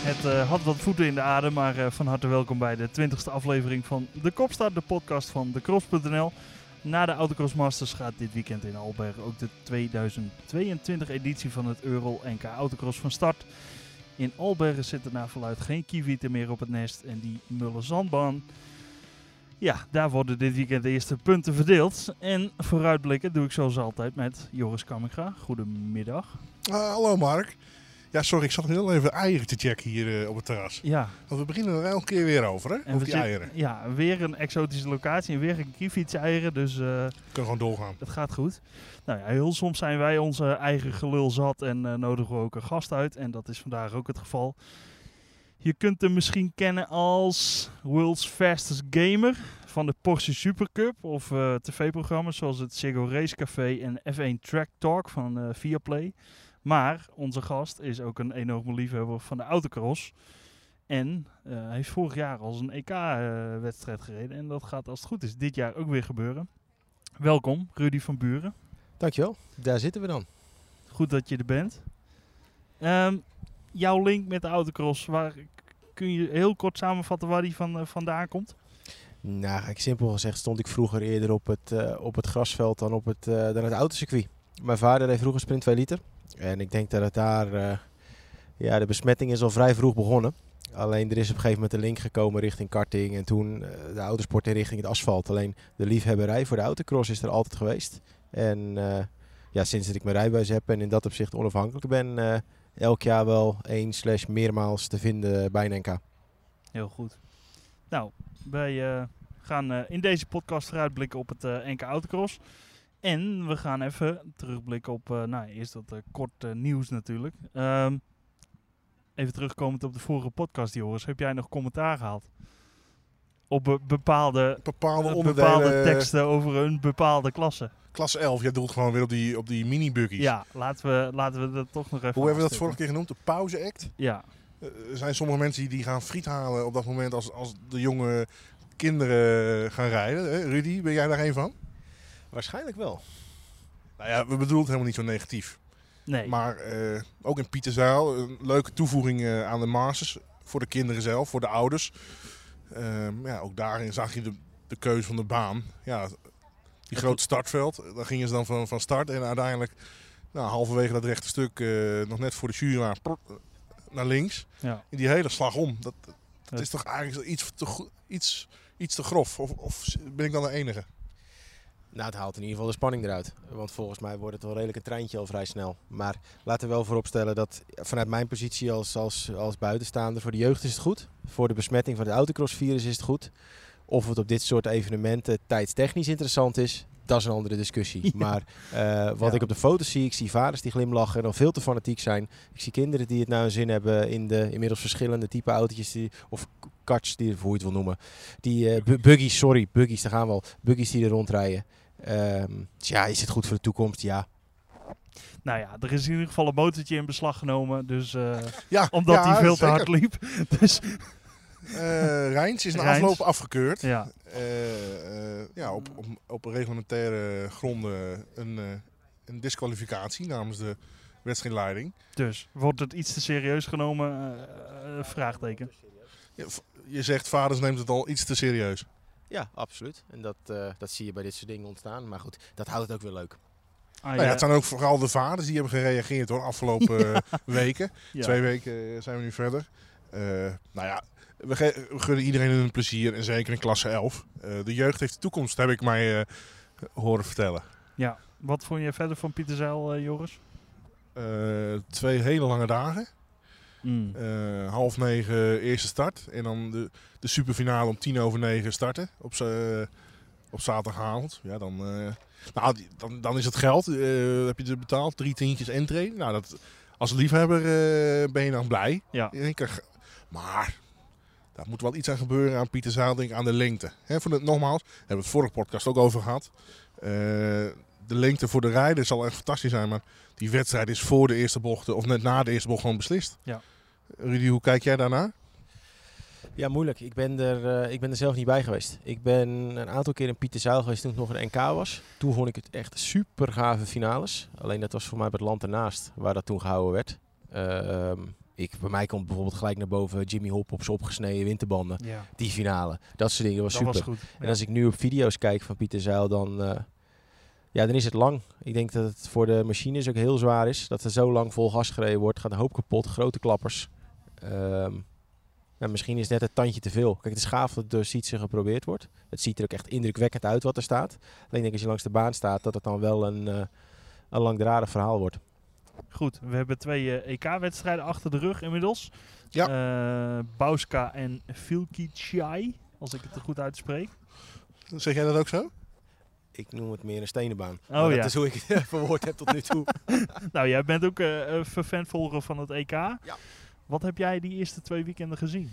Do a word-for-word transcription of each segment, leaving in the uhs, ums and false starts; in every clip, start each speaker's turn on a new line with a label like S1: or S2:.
S1: Het uh, had wat voeten in de adem, maar uh, van harte welkom bij de twintigste aflevering van De Kopstart, de podcast van de cross punt n l. Na de Autocross Masters gaat dit weekend in Albergen ook de tweeduizend tweeëntwintig editie van het Euro N K Autocross van start. In Albergen zit er naar verluidt geen kievieten meer op het nest en die mulle zandbaan. Ja, daar worden dit weekend de eerste punten verdeeld. En vooruitblikken doe ik zoals altijd met Joris Kamminga. Goedemiddag.
S2: Uh, hallo Mark. Ja, sorry, ik zat nog heel even eieren te checken hier uh, op het terras.
S1: Ja.
S2: Want we beginnen er elke keer weer over, hè?
S1: En
S2: over die
S1: zit,
S2: eieren.
S1: Ja, weer een exotische locatie en weer een kiefiets-eieren, dus uh,
S2: we kunnen gewoon doorgaan.
S1: Het gaat goed. Nou ja, heel soms zijn wij onze eigen gelul zat en uh, nodigen we ook een gast uit. En dat is vandaag ook het geval. Je kunt hem misschien kennen als World's Fastest Gamer van de Porsche Supercup of uh, tv-programma's zoals het Ziggo Race Café en F één Track Talk van uh, Viaplay. Maar onze gast is ook een enorme liefhebber van de autocross. En uh, heeft vorig jaar al een E K-wedstrijd uh, gereden. En dat gaat als het goed is dit jaar ook weer gebeuren. Welkom, Rudy van Buren.
S3: Dankjewel, daar zitten we dan.
S1: Goed dat je er bent. Um, jouw link met de autocross, waar, kun je heel kort samenvatten waar die van, uh, vandaan komt?
S3: Nou, ik simpel gezegd stond ik vroeger eerder op het, uh, op het grasveld dan op het, uh, dan het autocircuit. Mijn vader deed vroeger sprint twee liter. En ik denk dat het daar, uh, ja, de besmetting is al vrij vroeg begonnen. Alleen er is op een gegeven moment een link gekomen richting karting en toen uh, de autosport in richting het asfalt. Alleen de liefhebberij voor de autocross is er altijd geweest. En uh, ja, sinds dat ik mijn rijbewijs heb en in dat opzicht onafhankelijk ben, uh, elk jaar wel één slash meermaals te vinden bij een N K.
S1: Heel goed. Nou, wij uh, gaan uh, in deze podcast vooruitblikken op het uh, N K Autocross. En we gaan even terugblikken op, uh, nou eerst dat uh, kort uh, nieuws natuurlijk. Um, even terugkomend op de vorige podcast, Joris. Heb jij nog commentaar gehad? Op be- bepaalde,
S2: bepaalde,
S1: uh,
S2: onderdelen,
S1: bepaalde teksten over een bepaalde klasse?
S2: Klasse elf, jij doelt gewoon weer op die, op die mini-buggies.
S1: Ja, laten we, laten we dat toch nog even
S2: Hoe hebben we dat
S1: afstippen.
S2: vorige keer genoemd? De pauze-act?
S1: Ja.
S2: Uh, er zijn sommige mensen die gaan friet halen op dat moment als, als de jonge kinderen gaan rijden. Hè? Rudy, ben jij daar een van?
S3: Waarschijnlijk wel.
S2: Nou ja, we bedoelen het helemaal niet zo negatief.
S1: Nee.
S2: Maar uh, ook in Pieterzuil, een leuke toevoeging uh, aan de Masters. Voor de kinderen zelf, voor de ouders. Uh, ja, ook daarin zag je de, de keuze van de baan. Ja, die grote startveld, daar gingen ze dan van, van start. En uiteindelijk, nou, halverwege dat rechte stuk, uh, nog net voor de jury waren, prop, naar links.
S1: Ja.
S2: In die hele slag om. Dat, dat, dat
S1: Het
S2: is toch eigenlijk iets te, iets, iets te grof? Of, of ben ik dan de enige?
S3: Nou, het haalt in ieder geval de spanning eruit. Want volgens mij wordt het wel redelijk een treintje al vrij snel. Maar laten we wel vooropstellen dat vanuit mijn positie als, als, als buitenstaander, voor de jeugd is het goed. Voor de besmetting van het autocrossvirus is het goed. Of het op dit soort evenementen tijdstechnisch interessant is, dat is een andere discussie. Ja. Maar uh, wat ja. ik op de foto's zie, ik zie vaders die glimlachen en al veel te fanatiek zijn. Ik zie kinderen die het naar hun zin hebben in de inmiddels verschillende type autootjes die, of karts, die, hoe je het wil noemen. Die uh, bu- buggies, sorry, buggies, daar gaan we al. Buggies die er rondrijden. Um, dus ja, is het goed voor de toekomst? Ja.
S1: Nou ja, er is in ieder geval een motortje in beslag genomen, dus uh,
S2: ja,
S1: omdat
S2: ja,
S1: hij veel
S2: zeker.
S1: te hard liep. Dus
S2: uh, Rijns is na
S1: Rijns.
S2: afloop afgekeurd.
S1: Ja,
S2: uh, uh, ja op, op, op reglementaire gronden een, uh, een disqualificatie namens de wedstrijdleiding.
S1: Dus wordt het iets te serieus genomen? Uh, vraagteken.
S2: Ja, je zegt vaders neemt het al iets te serieus.
S3: Ja, absoluut. En dat, uh, dat zie je bij dit soort dingen ontstaan. Maar goed, dat houdt het ook weer leuk.
S1: Ah,
S2: nou ja,
S1: ja.
S2: Het zijn ook vooral de vaders die hebben gereageerd hoor, afgelopen ja. weken.
S1: Ja.
S2: Twee weken zijn we nu verder. Uh, nou ja, we, ge- we gunnen iedereen een plezier en zeker in klasse elf. Uh, de jeugd heeft de toekomst, heb ik mij uh, horen vertellen.
S1: Ja, wat vond je verder van Pieterzuil, uh, Joris?
S2: Uh, twee hele lange dagen.
S1: Mm.
S2: Uh, half negen eerste start. En dan de, de superfinale om tien over negen starten. Op, uh, op zaterdagavond. Ja, dan, uh, nou, dan, dan is het geld. Uh, heb je er betaald. Drie tientjes entree. Nou, dat, als liefhebber uh, ben je dan blij.
S1: Ja.
S2: Maar daar moet wel iets aan gebeuren aan Pieterzuil. Denk ik aan de lengte. He, voor de, nogmaals, daar hebben we het vorige podcast ook over gehad. Uh, de lengte voor de rijder zal echt fantastisch zijn. Maar die wedstrijd is voor de eerste bocht of net na de eerste bocht gewoon beslist.
S1: Ja.
S2: Rudy, hoe kijk jij daarnaar?
S3: Ja, moeilijk. Ik ben, er, uh, ik ben er zelf niet bij geweest. Ik ben een aantal keer in Pieterzuil geweest toen het nog een N K was. Toen vond ik het echt super gave finales. Alleen dat was voor mij bij het land ernaast waar dat toen gehouden werd. Uh, um, Ik, bij mij komt bijvoorbeeld gelijk naar boven Jimmy Hop op zijn opgesneden winterbanden.
S1: Ja,
S3: Die finale. Dat soort dingen was
S1: dat
S3: super.
S1: was goed.
S3: En
S1: Ja.
S3: als ik nu op video's kijk van Pieter Zeil, dan, uh, ja, dan is het lang. Ik denk dat het voor de machines ook heel zwaar is. Dat er zo lang vol gas gereden wordt. Gaat een hoop kapot. Grote klappers. Um, nou, misschien is net het tandje te veel. Kijk, het is gaaf dat het door Sietse geprobeerd wordt. Het ziet er ook echt indrukwekkend uit wat er staat. Alleen denk ik als je langs de baan staat, dat het dan wel een, uh, een langdradig verhaal wordt.
S1: Goed, we hebben twee uh, E K-wedstrijden achter de rug inmiddels.
S2: Ja.
S1: Uh, Bauska en Vilkicai, als ik het er goed uitspreek.
S2: Zeg jij dat ook zo?
S3: Ik noem het meer een stenenbaan.
S1: Oh,
S3: maar dat
S1: ja.
S3: is hoe ik het verwoord heb tot nu toe.
S1: Nou, jij bent ook uh, een verfanvolger van het E K.
S3: Ja.
S1: Wat heb jij die eerste twee weekenden gezien?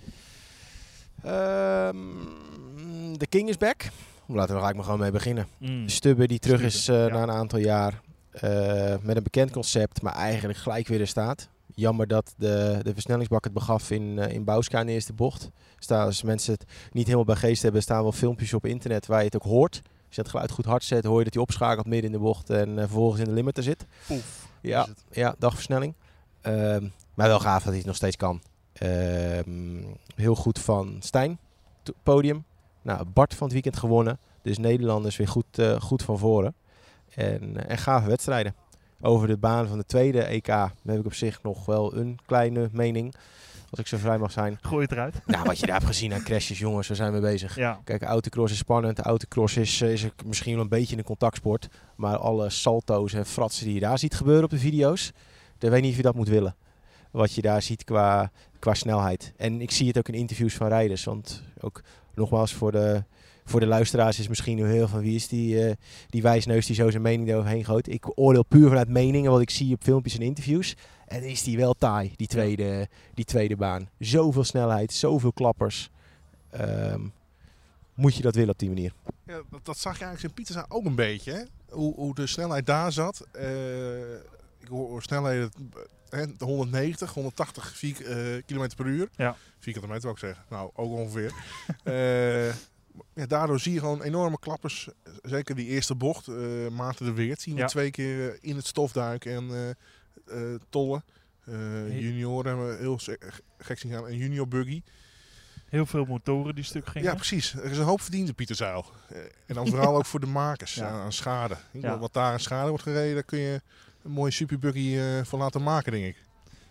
S3: Um, de King is back. Laten we er eigenlijk maar gewoon mee beginnen.
S1: Mm.
S3: Stubbe die terug
S1: Stubbe,
S3: is uh,
S1: ja.
S3: na een aantal jaar. Uh, met een bekend concept, maar eigenlijk gelijk weer er staat. Jammer dat de, de versnellingsbak het begaf in, uh, in Bauska in de eerste bocht. Staan, als mensen het niet helemaal bij geest hebben, staan wel filmpjes op internet waar je het ook hoort. Als je het geluid goed hard zet, hoor je dat hij opschakelt midden in de bocht en uh, vervolgens in de limiter zit.
S1: Poef,
S3: ja,
S1: is het.
S3: ja, dagversnelling. Uh, maar wel gaaf dat hij het nog steeds kan. Uh, heel goed van Stijn, to- podium. Nou, Bart van het weekend gewonnen. Dus Nederlanders weer goed, uh, goed van voren. En, en gave wedstrijden. Over de baan van de tweede E K heb ik op zich nog wel een kleine mening. Als ik zo vrij mag zijn.
S1: Gooi het eruit.
S3: Nou, wat je daar hebt gezien aan crashes, jongens, waar zijn we bezig?
S1: Ja.
S3: Kijk, autocross is spannend. Autocross is, is misschien wel een beetje een contactsport. Maar alle salto's en fratsen die je daar ziet gebeuren op de video's, dan weet je niet of je dat moet willen. Wat je daar ziet qua, qua snelheid. En ik zie het ook in interviews van rijders. Want ook nogmaals voor de... Voor de luisteraars is misschien nu heel van wie is die, uh, die wijsneus die zo zijn mening eroverheen gooit. Ik oordeel puur vanuit meningen wat ik zie op filmpjes en interviews. En is die wel taai, die tweede, die tweede baan. Zoveel snelheid, zoveel klappers. Um, moet je dat willen op die manier?
S2: Ja, dat, dat zag je eigenlijk in Pieterza ook een beetje. Hè? Hoe, hoe de snelheid daar zat. Uh, ik hoor snelheden uh, honderdnegentig, honderdtachtig vier, uh, kilometer per uur.
S1: Ja.
S2: Vierkante meter wou ik zeggen. Nou, ook ongeveer. uh, Ja, daardoor zie je gewoon enorme klappers. Zeker die eerste bocht, uh, Maarten de Weert, zien we ja. twee keer uh, in het stofduik en uh, uh, tollen. Uh, hey. Junioren hebben we heel gek zien gaan. Een junior buggy.
S1: Heel veel motoren die stuk gingen.
S2: Ja, precies. Er is een hoop verdiend in Pieter Zeil. Uh, en dan vooral ook voor de makers ja. aan, aan schade. Ja. Wat daar aan schade wordt gereden, daar kun je een mooie superbuggy uh, van laten maken, denk ik.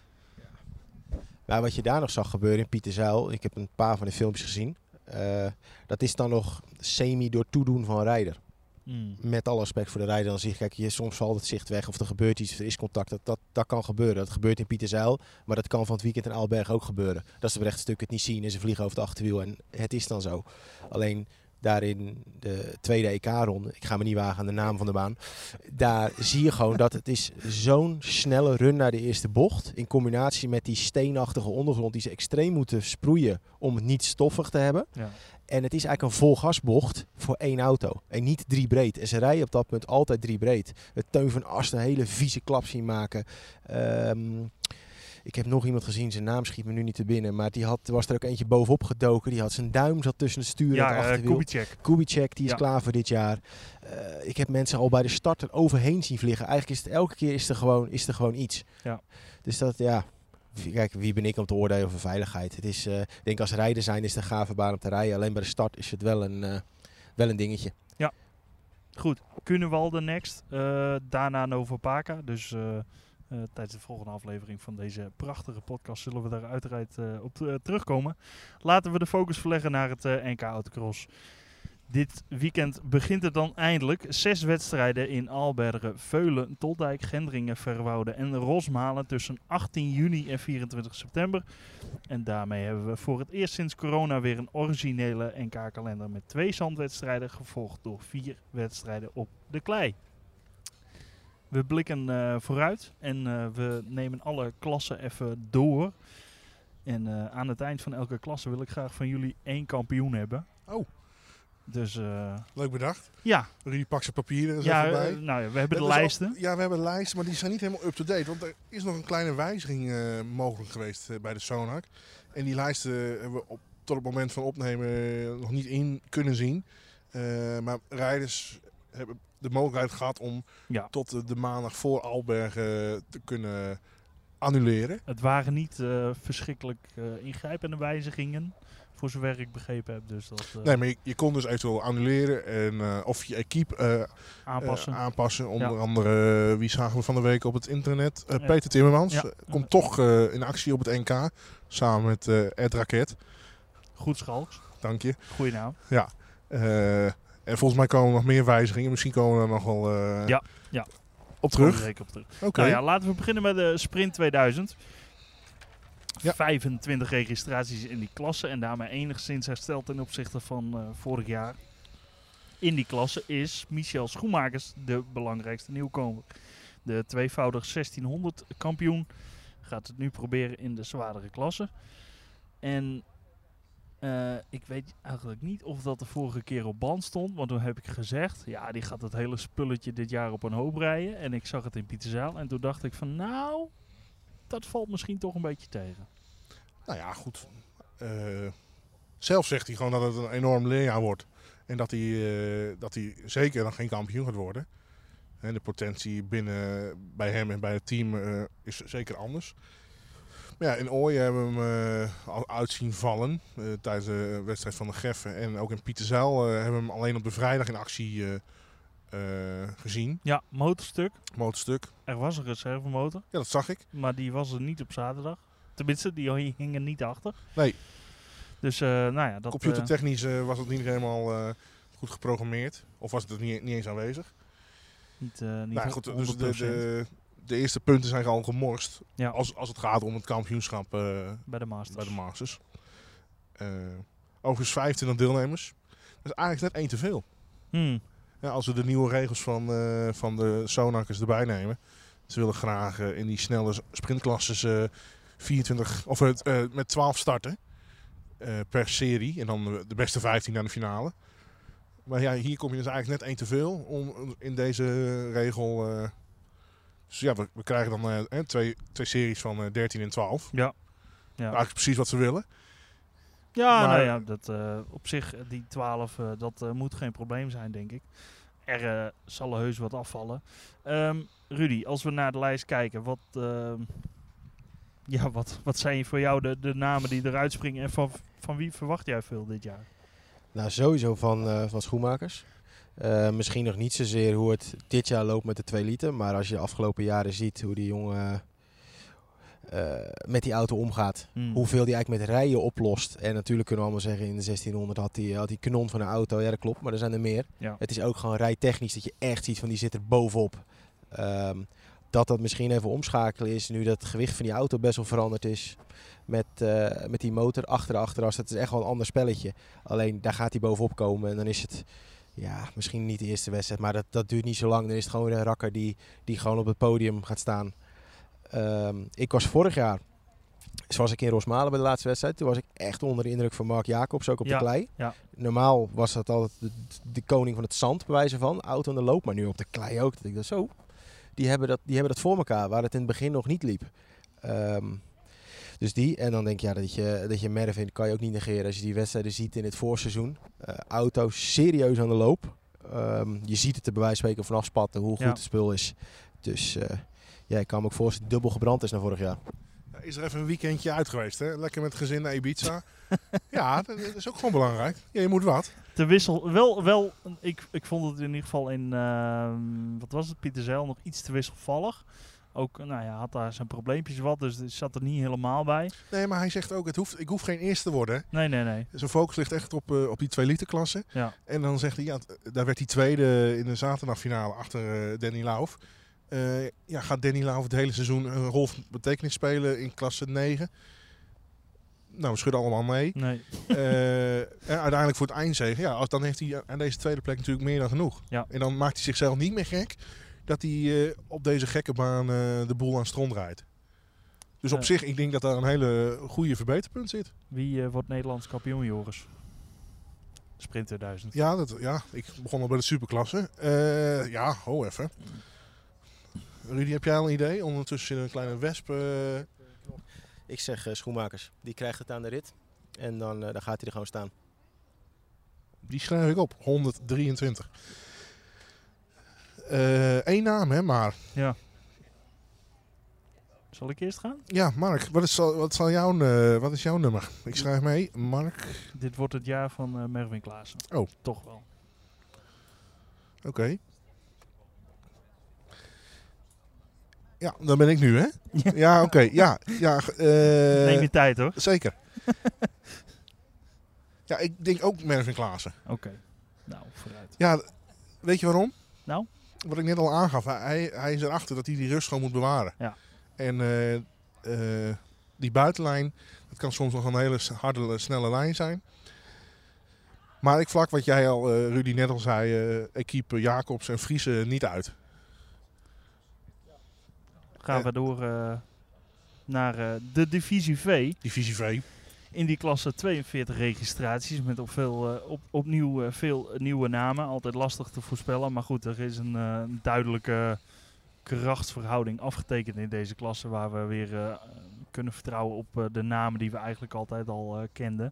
S3: Nou, wat je daar nog zag gebeuren in Pieter Zeil, ik heb een paar van de filmpjes gezien. Uh, dat is dan nog semi door toedoen van een rijder. Mm. Met alle respect voor de rijder. Dan zie je, kijk, je, soms valt het zicht weg of er gebeurt iets, of er is contact. Dat, dat, dat kan gebeuren. Dat gebeurt in Pieter Zeil, maar dat kan van het weekend in Aalberg ook gebeuren. Dat ze op rechtstuk het niet zien en ze vliegen over het achterwiel en het is dan zo. Alleen daarin de tweede E K-ronde, ik ga me niet wagen aan de naam van de baan, daar zie je gewoon dat het is zo'n snelle run naar de eerste bocht, in combinatie met die steenachtige ondergrond die ze extreem moeten sproeien om het niet stoffig te hebben. Ja. En het is eigenlijk een volgasbocht voor één auto en niet drie breed. En ze rijden op dat punt altijd drie breed. Het Teun van Ast een hele vieze klap zien maken. Um, Ik heb nog iemand gezien, zijn naam schiet me nu niet te binnen. Maar die had, was er ook eentje bovenop gedoken. Die had zijn duim zat tussen het stuur
S1: ja,
S3: en het achterwiel.
S1: Uh, Kubicek.
S3: Kubicek, die is
S1: ja.
S3: klaar voor dit jaar. Uh, ik heb mensen al bij de start er overheen zien vliegen. Eigenlijk is het elke keer is er gewoon, is er gewoon iets.
S1: Ja.
S3: Dus dat, ja... Kijk, wie ben ik om te oordelen over veiligheid? Het is, uh, ik denk als rijder zijn is het een gave baan om te rijden. Alleen bij de start is het wel een, uh, wel een dingetje.
S1: Ja, goed. Kunenwalde next. Uh, daarna Novopaka. Dus... Uh, Uh, tijdens de volgende aflevering van deze prachtige podcast zullen we daar uiteraard uh, op uh, terugkomen. Laten we de focus verleggen naar het uh, N K Autocross. Dit weekend begint het dan eindelijk. Zes wedstrijden in Albergen, Veulen, Toldijk, Gendringen, Verwoude en Rosmalen tussen achttien juni en vierentwintig september. En daarmee hebben we voor het eerst sinds corona weer een originele N K-kalender met twee zandwedstrijden, gevolgd door vier wedstrijden op de klei. We blikken uh, vooruit en uh, we nemen alle klassen even door. En uh, aan het eind van elke klasse wil ik graag van jullie één kampioen hebben.
S2: Oh.
S1: Dus, uh,
S2: leuk bedacht.
S1: Ja.
S2: Rudy pakt zijn papieren.
S1: Ja,
S2: bij.
S1: Uh, nou ja, we hebben we de lijsten.
S2: Al, ja, we hebben lijsten, maar die zijn niet helemaal up-to-date. Want er is nog een kleine wijziging uh, mogelijk geweest uh, bij de Sonac. En die lijsten hebben we op, tot het moment van opnemen uh, nog niet in kunnen zien. Uh, maar rijders hebben de mogelijkheid gehad om ja. tot de, de maandag voor Albergen te kunnen annuleren.
S1: Het waren niet uh, verschrikkelijk uh, ingrijpende wijzigingen, voor zover ik begrepen heb. Dus dat, uh,
S2: nee, maar je, je kon dus eventueel annuleren en uh, of je equipe uh,
S1: aanpassen.
S2: Uh, aanpassen. Onder
S1: ja.
S2: andere, uh, wie zagen we van de week op het internet? Uh,
S1: ja.
S2: Peter Timmermans
S1: ja.
S2: uh, komt ja. toch uh, in actie op het N K, samen met uh, Ed Raket.
S1: Goed Schalks.
S2: Dank je.
S1: Goeie naam.
S2: Ja. Uh, en volgens mij komen er nog meer wijzigingen. Misschien komen we er nog wel uh,
S1: ja. Ja.
S2: op terug.
S1: Op terug.
S2: Oké. Okay.
S1: Nou ja, laten we beginnen met de Sprint tweeduizend.
S2: Ja.
S1: vijfentwintig registraties in die klasse en daarmee enigszins hersteld ten opzichte van uh, vorig jaar. In die klasse is Michel Schoenmakers de belangrijkste nieuwkomer. De tweevoudig zestienhonderd kampioen gaat het nu proberen in de zwaardere klasse. En uh, ik weet eigenlijk niet of dat de vorige keer op band stond, want toen heb ik gezegd, ja, die gaat het hele spulletje dit jaar op een hoop rijden. En ik zag het in Pieterzaal en toen dacht ik van, nou, dat valt misschien toch een beetje tegen.
S2: Nou ja, goed. Uh, zelf zegt hij gewoon dat het een enorm leerjaar wordt. En dat hij, uh, dat hij zeker dan geen kampioen gaat worden. En de potentie binnen bij hem en bij het team uh, is zeker anders. Maar ja, in Ooyen hebben we hem uh, al uit zien vallen uh, tijdens de wedstrijd van de Geffen. En ook in Pieterzaal uh, hebben we hem alleen op de vrijdag in actie uh, uh, gezien.
S1: Ja, motorstuk.
S2: Motorstuk.
S1: Er was een reservemotor.
S2: Ja, dat zag ik.
S1: Maar die was er niet op zaterdag. Tenminste, die hingen niet achter.
S2: Nee.
S1: Dus, uh, nou ja, dat...
S2: Computertechnisch uh, was het niet helemaal uh, goed geprogrammeerd. Of was het er niet, niet eens aanwezig.
S1: Niet, uh, niet
S2: nou, goed, dus de, de, de eerste punten zijn al gemorst.
S1: Ja.
S2: Als, als het gaat om het kampioenschap uh,
S1: bij de Masters.
S2: Bij de Masters. Uh, overigens vijfentwintig deelnemers. Dat is eigenlijk net één te veel.
S1: Hmm.
S2: Ja, als we de nieuwe regels van, uh, van de Sonakkers erbij nemen. Ze willen graag uh, in die snelle sprintklasses uh, vierentwintig, of, uh, met twaalf starten. Uh, per serie. En dan de beste vijftien naar de finale. Maar ja, hier kom je dus eigenlijk net één te veel om in deze regel. Uh, dus ja, we, we krijgen dan uh, twee, twee series van uh, dertien en twaalf.
S1: Ja. Ja.
S2: Eigenlijk precies wat ze willen.
S1: Ja, maar, nou ja, dat, uh, op zich, die twaalf, uh, dat uh, moet geen probleem zijn, denk ik. Er uh, zal er heus wat afvallen. Um, Rudy, als we naar de lijst kijken, wat, uh, ja, wat, wat zijn voor jou de, de namen die eruit springen en van, van wie verwacht jij veel dit jaar?
S3: Nou, sowieso van, uh, van Schoenmakers. Uh, misschien nog niet zozeer hoe het dit jaar loopt met de twee liter. Maar als je de afgelopen jaren ziet hoe die jongen uh, met die auto omgaat. Hmm. Hoeveel die eigenlijk met rijden oplost. En natuurlijk kunnen we allemaal zeggen in de zestienhonderd had hij had die kanon van een auto. Ja, dat klopt, maar er zijn er meer.
S1: Ja.
S3: Het is ook gewoon rijtechnisch dat je echt ziet van die zit er bovenop. Um, dat dat misschien even omschakelen is nu dat het gewicht van die auto best wel veranderd is. Met, uh, met die motor achter de achteras. Dat is echt wel een ander spelletje. Alleen daar gaat hij bovenop komen en dan is het... Ja, misschien niet de eerste wedstrijd, maar dat, dat duurt niet zo lang. Dan is het gewoon een rakker die, die gewoon op het podium gaat staan. Um, ik was vorig jaar, zoals ik in Rosmalen bij de laatste wedstrijd. Toen was ik echt onder de indruk van Mark Jacobs, ook op
S1: ja,
S3: de klei.
S1: Ja.
S3: Normaal was dat altijd de, de koning van het zand, bij wijze van. Auto aan de loop, maar nu op de klei ook. Dat ik dacht, zo, die hebben, dat, die hebben dat voor elkaar, waar het in het begin nog niet liep. Um, Dus die, en dan denk je, ja, dat je, dat je Mervin kan je ook niet negeren als je die wedstrijden ziet in het voorseizoen. Uh, auto serieus aan de loop. Um, je ziet het er bij wijze van spreken vanaf spatten hoe goed
S1: ja.
S3: het spul is. Dus uh, ja, ik kan me ook voorstellen dat het dubbel gebrand is naar vorig jaar.
S2: Ja, is er even een weekendje uit geweest, hè? Lekker met het gezin naar Ibiza. Ja, dat, dat is ook gewoon belangrijk. Ja, je moet wat.
S1: De wissel, wel, wel ik, ik vond het in ieder geval in, uh, wat was het, Pieterzeil nog iets te wisselvallig. Ook, nou ja, had daar zijn probleempjes wat, dus het zat er niet helemaal bij.
S2: Nee, maar hij zegt ook, het hoeft, ik hoef geen eerste te worden.
S1: Nee, nee, nee.
S2: Zijn focus ligt echt op, uh, op die twee liter klasse.
S1: Ja.
S2: En dan zegt hij, ja, daar werd hij tweede in de zaterdagfinale achter uh, Danny Lauf. Uh, ja, gaat Danny Lauf het hele seizoen een rol van betekenis spelen in klasse negen? Nou, we schudden allemaal mee.
S1: Nee.
S2: Uh, en uiteindelijk voor het eindzege, ja, als, dan heeft hij aan deze tweede plek natuurlijk meer dan genoeg.
S1: Ja.
S2: En dan maakt hij zichzelf niet meer gek dat hij uh, op deze gekke baan uh, de boel aan stront rijdt. Dus op uh, zich, ik denk dat daar een hele goede verbeterpunt zit.
S1: Wie uh, wordt Nederlands kampioen, Joris? Sprint tweeduizend.
S2: Ja, dat, ja, ik begon al bij de superklasse. Uh, ja, ho even. Rudy, heb jij al een idee? Ondertussen een kleine wesp. Uh...
S3: Ik zeg uh, Schoenmakers. Die krijgt het aan de rit. En dan, uh, dan gaat hij er gewoon staan.
S2: Die schrijf ik op. honderddrieëntwintig. Eén uh, naam, hè, maar.
S1: Ja. Zal ik eerst gaan?
S2: Ja, Mark, wat is, wat zal jouw, uh, wat is jouw nummer? Ik schrijf mee, Mark.
S1: Dit wordt het jaar van uh, Mervin Klaassen.
S2: Oh.
S1: Toch wel.
S2: Oké. Okay. Ja, dan ben ik nu, hè? Ja, ja oké. Okay. Ja, ja, uh,
S1: Neem je tijd, hoor.
S2: Zeker. Ja, ik denk ook Mervin Klaassen.
S1: Oké. Okay. Nou, vooruit.
S2: Ja, weet je waarom?
S1: Nou?
S2: Wat ik net al aangaf. Hij, hij is erachter dat hij die rust gewoon moet bewaren.
S1: Ja.
S2: En uh, uh, die buitenlijn, dat kan soms nog een hele harde, snelle lijn zijn. Maar ik vlak wat jij al, uh, Rudy, net al zei, uh, equipe Jacobs en Friese niet uit.
S1: Gaan we door uh, naar uh, de Divisie V.
S2: Divisie V.
S1: In die klasse tweeënveertig registraties met op veel, uh, op, opnieuw uh, veel nieuwe namen. Altijd lastig te voorspellen. Maar goed, er is een, uh, een duidelijke krachtsverhouding afgetekend in deze klasse. Waar we weer uh, kunnen vertrouwen op uh, de namen die we eigenlijk altijd al uh, kenden.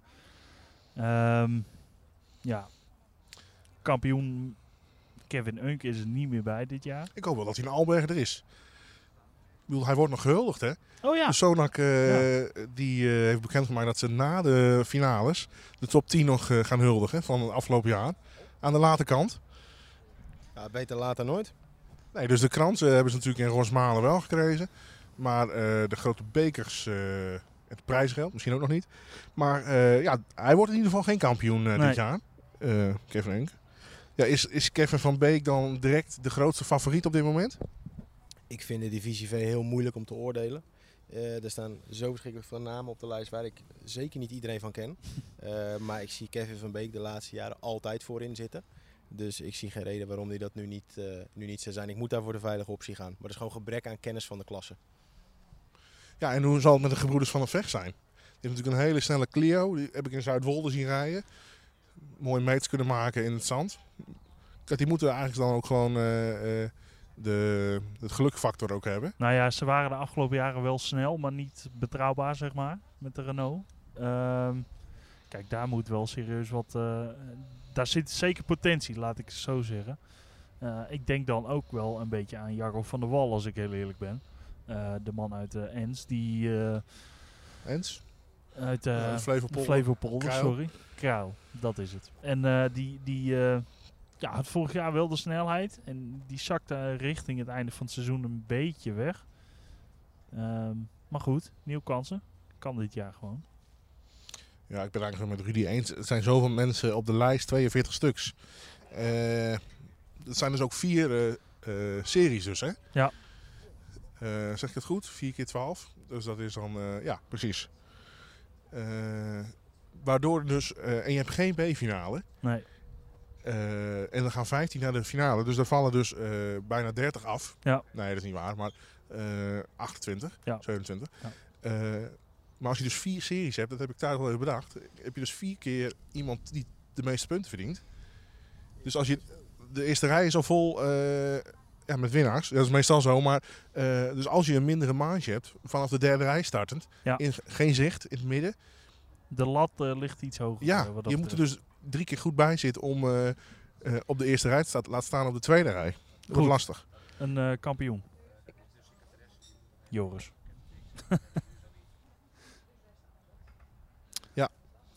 S1: Um, ja, kampioen Kevin Unk is er niet meer bij dit jaar.
S2: Ik hoop wel dat hij in Albergen er is. Ik bedoel, hij wordt nog gehuldigd, hè?
S1: Oh ja.
S2: Dus Sonak uh,
S1: ja.
S2: die uh, heeft bekendgemaakt dat ze na de finales de top tien nog uh, gaan huldigen van het afgelopen jaar. Aan de late kant.
S3: Ja, beter laat dan nooit.
S2: Nee, dus de kransen hebben ze natuurlijk in Rosmalen wel gekregen. Maar uh, de grote bekers, uh, het prijsgeld, misschien ook nog niet. Maar uh, ja, hij wordt in ieder geval geen kampioen uh,
S1: nee.
S2: dit jaar. Uh, Kevin Unk. Ja, is, is Kevin van Beek dan direct de grootste favoriet op dit moment?
S3: Ik vind de Divisie V heel moeilijk om te oordelen. Uh, er staan zo verschrikkelijk veel namen op de lijst waar ik zeker niet iedereen van ken. Uh, maar ik zie Kevin van Beek de laatste jaren altijd voorin zitten. Dus ik zie geen reden waarom hij dat nu niet, uh, nu niet zou zijn. Ik moet daar voor de veilige optie gaan. Maar dat is gewoon gebrek aan kennis van de klasse.
S2: Ja, en hoe zal het met de gebroeders van de Vecht zijn? Die heeft natuurlijk een hele snelle Clio. Die heb ik in Zuidwolde zien rijden. Mooi meets kunnen maken in het zand. Kijk, die moeten eigenlijk dan ook gewoon uh, uh, de, het gelukfactor ook hebben.
S1: Nou ja, ze waren de afgelopen jaren wel snel, maar niet betrouwbaar, zeg maar, met de Renault. Um, kijk, daar moet wel serieus wat... Uh, daar zit zeker potentie, laat ik het zo zeggen. Uh, ik denk dan ook wel een beetje aan Jacco van der Wal, als ik heel eerlijk ben. Uh, de man uit uh, Ens, die... Uh,
S2: Ens?
S1: Uit uh,
S2: uh, Flevopolder.
S1: Flevopolder, sorry. Kruil, dat is het. En uh, die, die uh, ja, had vorig jaar wel de snelheid. En die zakte richting het einde van het seizoen een beetje weg. Um, maar goed, nieuwe kansen. Kan dit jaar gewoon.
S2: Ja, ik ben eigenlijk met Rudy eens. Er zijn zoveel mensen op de lijst, tweeënveertig stuks. Uh, dat zijn dus ook vier uh, uh, series dus, hè?
S1: Ja.
S2: Uh, zeg ik het goed? vier keer twaalf. Dus dat is dan, uh, ja, precies. Uh, waardoor dus, uh, en je hebt geen B-finale.
S1: Nee.
S2: Uh, en dan gaan vijftien naar de finale. Dus daar vallen dus uh, bijna dertig af.
S1: Ja.
S2: Nee, dat is niet waar, maar uh, achtentwintig,
S1: ja.
S2: zevenentwintig.
S1: Ja.
S2: Uh, maar als je dus vier series hebt, dat heb ik thuis al even bedacht, heb je dus vier keer iemand die de meeste punten verdient. Dus als je, de eerste rij is al vol uh, ja, met winnaars, dat is meestal zo, maar uh, dus als je een mindere marge hebt, vanaf de derde rij startend,
S1: ja.
S2: in, geen zicht in het midden.
S1: De lat uh, ligt iets hoger.
S2: Ja,
S1: uh, wat
S2: je moet er dus drie keer goed bij zitten om uh, uh, op de eerste rij te staan, laat staan op de tweede rij. Dat
S1: goed.
S2: wordt lastig.
S1: Een uh, kampioen. Joris.
S2: Ja.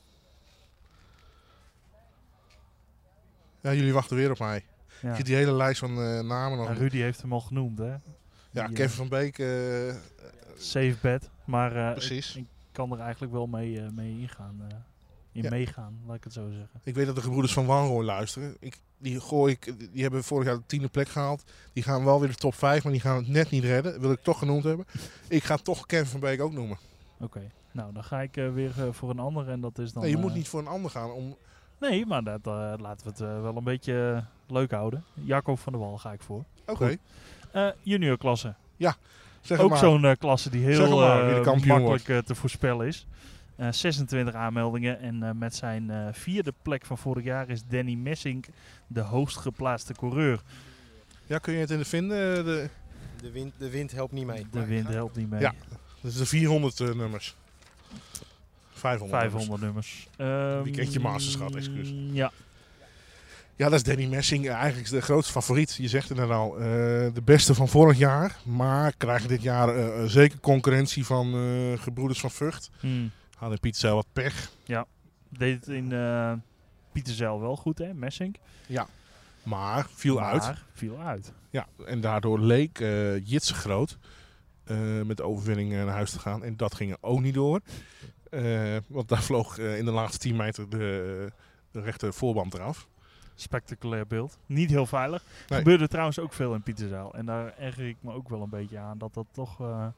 S2: Ja, jullie wachten weer op mij. Ja. Ik zie die hele lijst van uh, namen.
S1: Ja, Rudy heeft hem al genoemd, hè?
S2: Ja,
S1: die,
S2: Kevin van Beek. Uh,
S1: safe bet. Maar uh,
S2: precies.
S1: Ik, ik kan er eigenlijk wel mee, uh, mee ingaan. Uh, in ja. meegaan, laat ik het zo zeggen.
S2: Ik weet dat de gebroeders van Wanrooy luisteren. Ik, die, gooi ik, die hebben vorig jaar de tiende plek gehaald. Die gaan wel weer de top vijf, maar die gaan het net niet redden. Dat wil ik toch genoemd hebben. Ik ga toch Kevin van Beek ook noemen.
S1: Oké, okay. Nou dan ga ik uh, weer uh, voor een ander en dat is dan...
S2: Nee, je
S1: uh,
S2: moet niet voor een ander gaan. Om...
S1: Nee, maar dat, uh, laten we het uh, wel een beetje uh, leuk houden. Jacob van der Wal ga ik voor.
S2: Oké. Okay.
S1: Uh, junior klasse.
S2: Ja, zeg
S1: ook
S2: maar.
S1: zo'n uh, klasse die heel
S2: maar,
S1: uh, makkelijk uh, te voorspellen is. Uh, zesentwintig aanmeldingen en uh, met zijn uh, vierde plek van vorig jaar is Danny Messink de hoogst geplaatste coureur.
S2: Ja, kun je het in de vinden? De,
S3: de, wind, de wind helpt niet mee.
S1: De wind helpt niet mee.
S2: Ja, dat is de vierhonderd uh, nummers. vijfhonderd,
S1: vijfhonderd nummers. nummers. Um,
S2: Weekendje Masterschap, excuus.
S1: Ja.
S2: Ja, dat is Danny Messing. Eigenlijk de grootste favoriet. Je zegt het net al. Uh, de beste van vorig jaar. Maar krijgen dit jaar uh, zeker concurrentie van uh, Gebroeders van Vught.
S1: Hmm.
S2: Hadden Pieterzeil wat pech.
S1: Ja, deed het in uh, Pieterzeil wel goed, hè, Messing.
S2: Ja, maar viel
S1: maar
S2: uit.
S1: viel uit.
S2: Ja, en daardoor leek uh, Jitse Groot uh, met de overwinning uh, naar huis te gaan. En dat ging er ook niet door. Uh, want daar vloog uh, in de laatste tien meter de, de rechter voorband eraf.
S1: Spectaculair beeld. Niet heel veilig.
S2: Nee.
S1: Gebeurde trouwens ook veel in Pieterzeil. En daar erger ik me ook wel een beetje aan. Dat dat toch uh,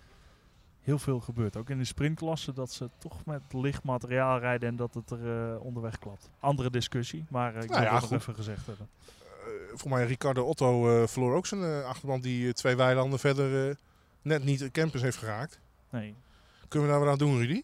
S1: heel veel gebeurt. Ook in de sprintklasse. Dat ze toch met licht materiaal rijden. En dat het er uh, onderweg klapt. Andere discussie. Maar uh, ik
S2: nou
S1: wil
S2: ja,
S1: het nog even gezegd hebben.
S2: Uh, voor mij Ricardo Otto uh, verloor ook zijn uh, achterband. Die uh, twee weilanden verder uh, net niet de campus heeft geraakt.
S1: Nee.
S2: Kunnen we daar wat aan doen, Rudy?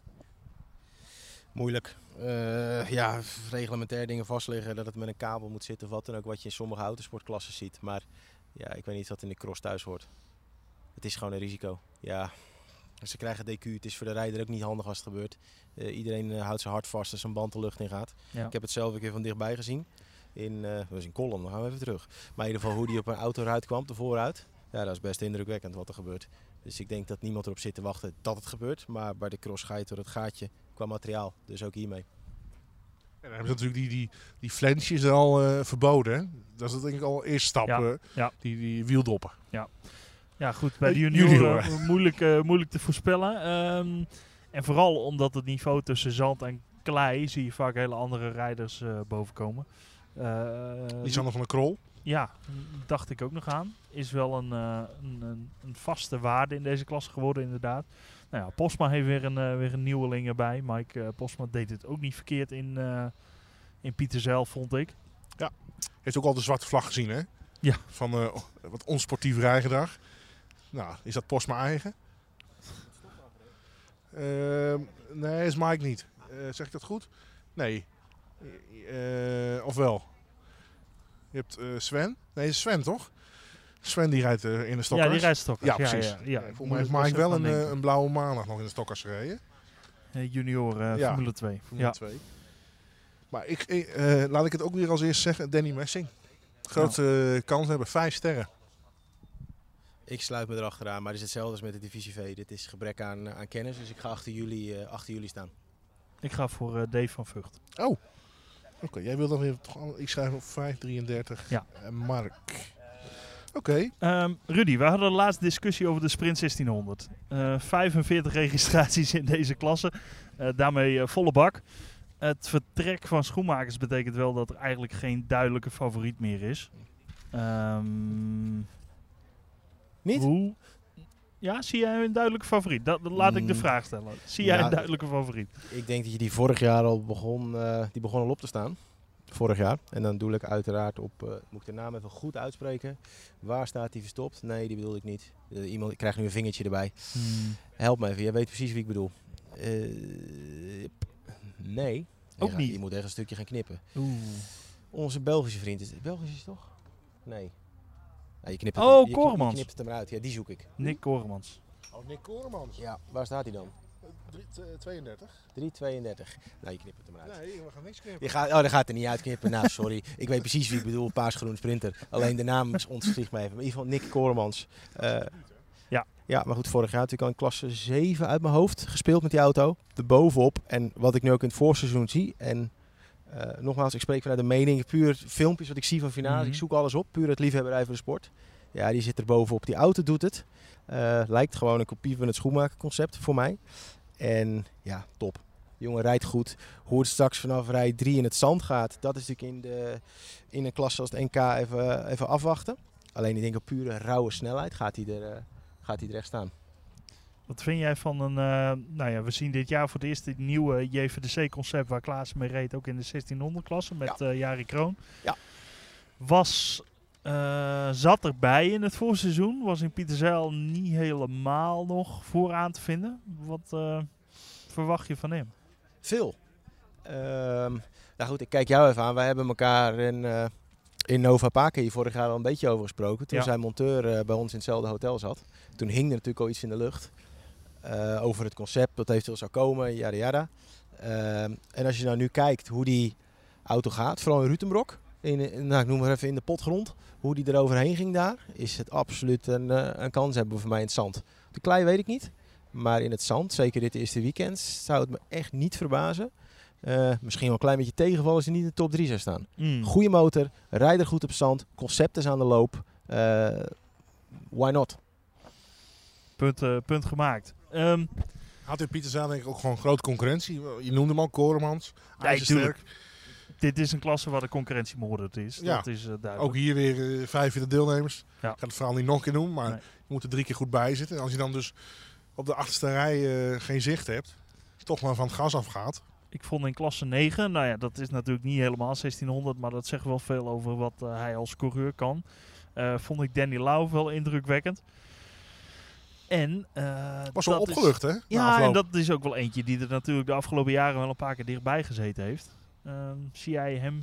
S3: Moeilijk. Uh, ja, reglementair dingen vastleggen dat het met een kabel moet zitten of wat dan ook, wat je in sommige autosportklassen ziet. Maar ja, ik weet niet wat in de cross thuis hoort. Het is gewoon een risico. Ja, ze krijgen D Q. Het is voor de rijder ook niet handig als het gebeurt. Uh, iedereen uh, houdt zijn hart vast als een band de lucht in gaat.
S1: Ja.
S3: Ik heb het zelf een keer van dichtbij gezien. In, uh, dat was in Kolm, dan gaan we even terug. Maar in ieder geval hoe die op een autoruit kwam, de vooruit. Ja, dat is best indrukwekkend wat er gebeurt. Dus ik denk dat niemand erop zit te wachten dat het gebeurt. Maar bij de cross ga je door het gaatje qua materiaal. Dus ook hiermee.
S2: En dan hebben ze natuurlijk die, die, die flensjes al uh, verboden. Hè? Dat is denk ik al eerste stap.
S1: Ja,
S2: uh,
S1: ja.
S2: Die, die wieldoppen.
S1: Ja. Ja, goed. Bij de
S2: Uh,
S1: junioren
S2: junior.
S1: moeilijk, uh, moeilijk te voorspellen. Um, en vooral omdat het niveau tussen zand en klei zie je vaak hele andere rijders uh, bovenkomen. Uh,
S2: Lisanne van der Krol.
S1: Ja, dacht ik ook nog aan. Is wel een, uh, een, een, een vaste waarde in deze klasse geworden inderdaad. Nou ja, Posma heeft weer een, uh, weer een nieuweling erbij. Mike uh, Posma deed het ook niet verkeerd in, uh, in Pieterzeil, vond ik.
S2: Ja, heeft ook al de zwarte vlag gezien, hè?
S1: Ja.
S2: Van uh, wat onsportief rijgedrag. Nou, is dat Posma eigen? Uh, nee, is Mike niet. Uh, zeg ik dat goed? Nee. Uh, of wel? Je hebt uh, Sven. Nee, is Sven toch? Sven die rijdt uh, in de stokkers.
S1: Ja, die rijdt stokkers.
S2: Ja, precies.
S1: Ja, ja, ja.
S2: Ja, voor mij heeft Mike wel een, uh, een blauwe maandag nog in de stokkers gereden.
S1: Uh, junior uh,
S2: ja.
S1: Formule twee.
S2: Formule
S1: ja.
S2: twee. Maar ik, ik uh, laat ik het ook weer als eerst zeggen. Danny Messing. Grote ja. uh, kans hebben. Vijf sterren.
S3: Ik sluit me erachteraan, maar het is hetzelfde als met de Divisie V. Dit is gebrek aan, aan kennis, dus ik ga achter jullie, uh, achter jullie staan.
S1: Ik ga voor uh, Dave van Vught.
S2: Oh, oké. Okay. Jij wil dan weer toch. Ik schrijf op vijf drieëndertig.
S1: Ja.
S2: Uh, Mark. Oké.
S1: Okay. Um, Rudy, we hadden de laatste discussie over de Sprint zestienhonderd. Uh, vijfenveertig registraties in deze klasse. Uh, daarmee uh, volle bak. Het vertrek van Schoenmakers betekent wel dat er eigenlijk geen duidelijke favoriet meer is. Um,
S3: Niet?
S1: Hoe? Ja, zie jij een duidelijke favoriet? Dat, dat laat mm. ik de vraag stellen. Zie jij ja, een duidelijke favoriet?
S3: Ik denk dat je die vorig jaar al begon, uh, die begon al op te staan. Vorig jaar. En dan doe ik uiteraard op, uh, moet ik de naam even goed uitspreken. Waar staat die verstopt? Nee, die bedoel ik niet. Uh, iemand, ik krijg nu een vingertje erbij.
S1: Hmm.
S3: Help me even, jij weet precies wie ik bedoel. Uh, nee.
S1: Ook
S3: je
S1: niet?
S3: Gaat, je moet echt een stukje gaan knippen.
S1: Oeh.
S3: Onze Belgische vriend. Is het Belgisch is toch? Nee. Ja, je knipt het,
S1: oh,
S3: je,
S1: Koremans.
S3: Je knipt het eruit. Ja, die zoek ik.
S1: Nick Koremans.
S2: Oh, Nick Koremans.
S3: Ja, waar staat hij dan?
S2: tweeëndertig.
S3: drie tweeëntweeëntig. Nou, je knipt het eruit.
S2: Nee, we gaan niks knippen.
S3: Je gaat, oh, dat gaat er niet uitknippen. Nou, sorry. Ik weet precies wie ik bedoel. Paars-groen sprinter. Alleen de naam ontvliegt mij even. In ieder geval Nick Koremans. Uh,
S1: ja.
S3: Ja, maar goed, vorig jaar natuurlijk al in klasse zeven uit mijn hoofd gespeeld met die auto. Erbovenop. En wat ik nu ook in het voorseizoen zie. En uh, nogmaals, ik spreek vanuit de mening. Puur filmpjes wat ik zie van finales. Mm-hmm. Ik zoek alles op. Puur het liefhebberij voor de sport. Ja, die zit er bovenop. Die auto doet het. Uh, lijkt gewoon een kopie van het schoenmakerconcept voor mij. En ja, top. Jongen rijdt goed. Hoe het straks vanaf rij drie in het zand gaat, dat is natuurlijk in, de, in een klasse als het N K even, even afwachten. Alleen ik denk op pure rauwe snelheid gaat hij er, uh, gaat hij er echt staan.
S1: Wat vind jij van een, uh, nou ja, we zien dit jaar voor het eerst het nieuwe J V D C-concept waar Klaas mee reed, ook in de zestienhonderd klasse met ja. uh, Jari Kroon.
S3: Ja.
S1: Was, uh, zat erbij in het voorseizoen, was in Pieterzeil niet helemaal nog vooraan te vinden. Wat uh, verwacht je van hem?
S3: Veel. Um, nou goed, ik kijk jou even aan. Wij hebben elkaar in, uh, in Nova Pake hier vorig jaar al een beetje over gesproken. Toen ja. zijn monteur uh, bij ons in hetzelfde hotel zat. Toen hing er natuurlijk al iets in de lucht. Uh, over het concept, dat eventueel zou komen, yada yada. Uh, en als je nou nu kijkt hoe die auto gaat, vooral in Rutenbrock. in, in, nou, ik noem maar even in de potgrond, hoe die er overheen ging daar, is het absoluut een, uh, een kans hebben voor mij in het zand. De klei weet ik niet, maar in het zand, zeker dit eerste weekend, zou het me echt niet verbazen. Uh, misschien wel een klein beetje tegenvallen als hij niet in de top drie zou staan.
S1: Mm.
S3: Goede motor, rijder goed op zand, concept is aan de loop. Uh, why not?
S1: Punt, uh, punt gemaakt. Um,
S2: Had in Pieterzaal denk ik ook gewoon grote concurrentie. Je noemde hem al, Koremans.
S1: Ja, tuurlijk. Dit is een klasse waar de concurrentie moordend is.
S2: Ja.
S1: Dat is uh, duidelijk.
S2: Ook hier weer uh, vijfentwintig deelnemers.
S1: Ja.
S2: Ik ga het verhaal niet nog een keer doen, maar
S1: Nee.
S2: je moet er drie keer goed bij zitten. En als je dan dus op de achterste rij uh, geen zicht hebt, toch maar van het gas afgaat.
S1: Ik vond in klasse negen, nou ja, dat is natuurlijk niet helemaal zestienhonderd, maar dat zegt wel veel over wat uh, hij als coureur kan. Uh, vond ik Danny Lau wel indrukwekkend. En, uh,
S2: Was wel
S1: dat
S2: opgelucht,
S1: is,
S2: hè?
S1: Ja, en dat is ook wel eentje die er natuurlijk de afgelopen jaren wel een paar keer dichtbij gezeten heeft. Uh, zie jij hem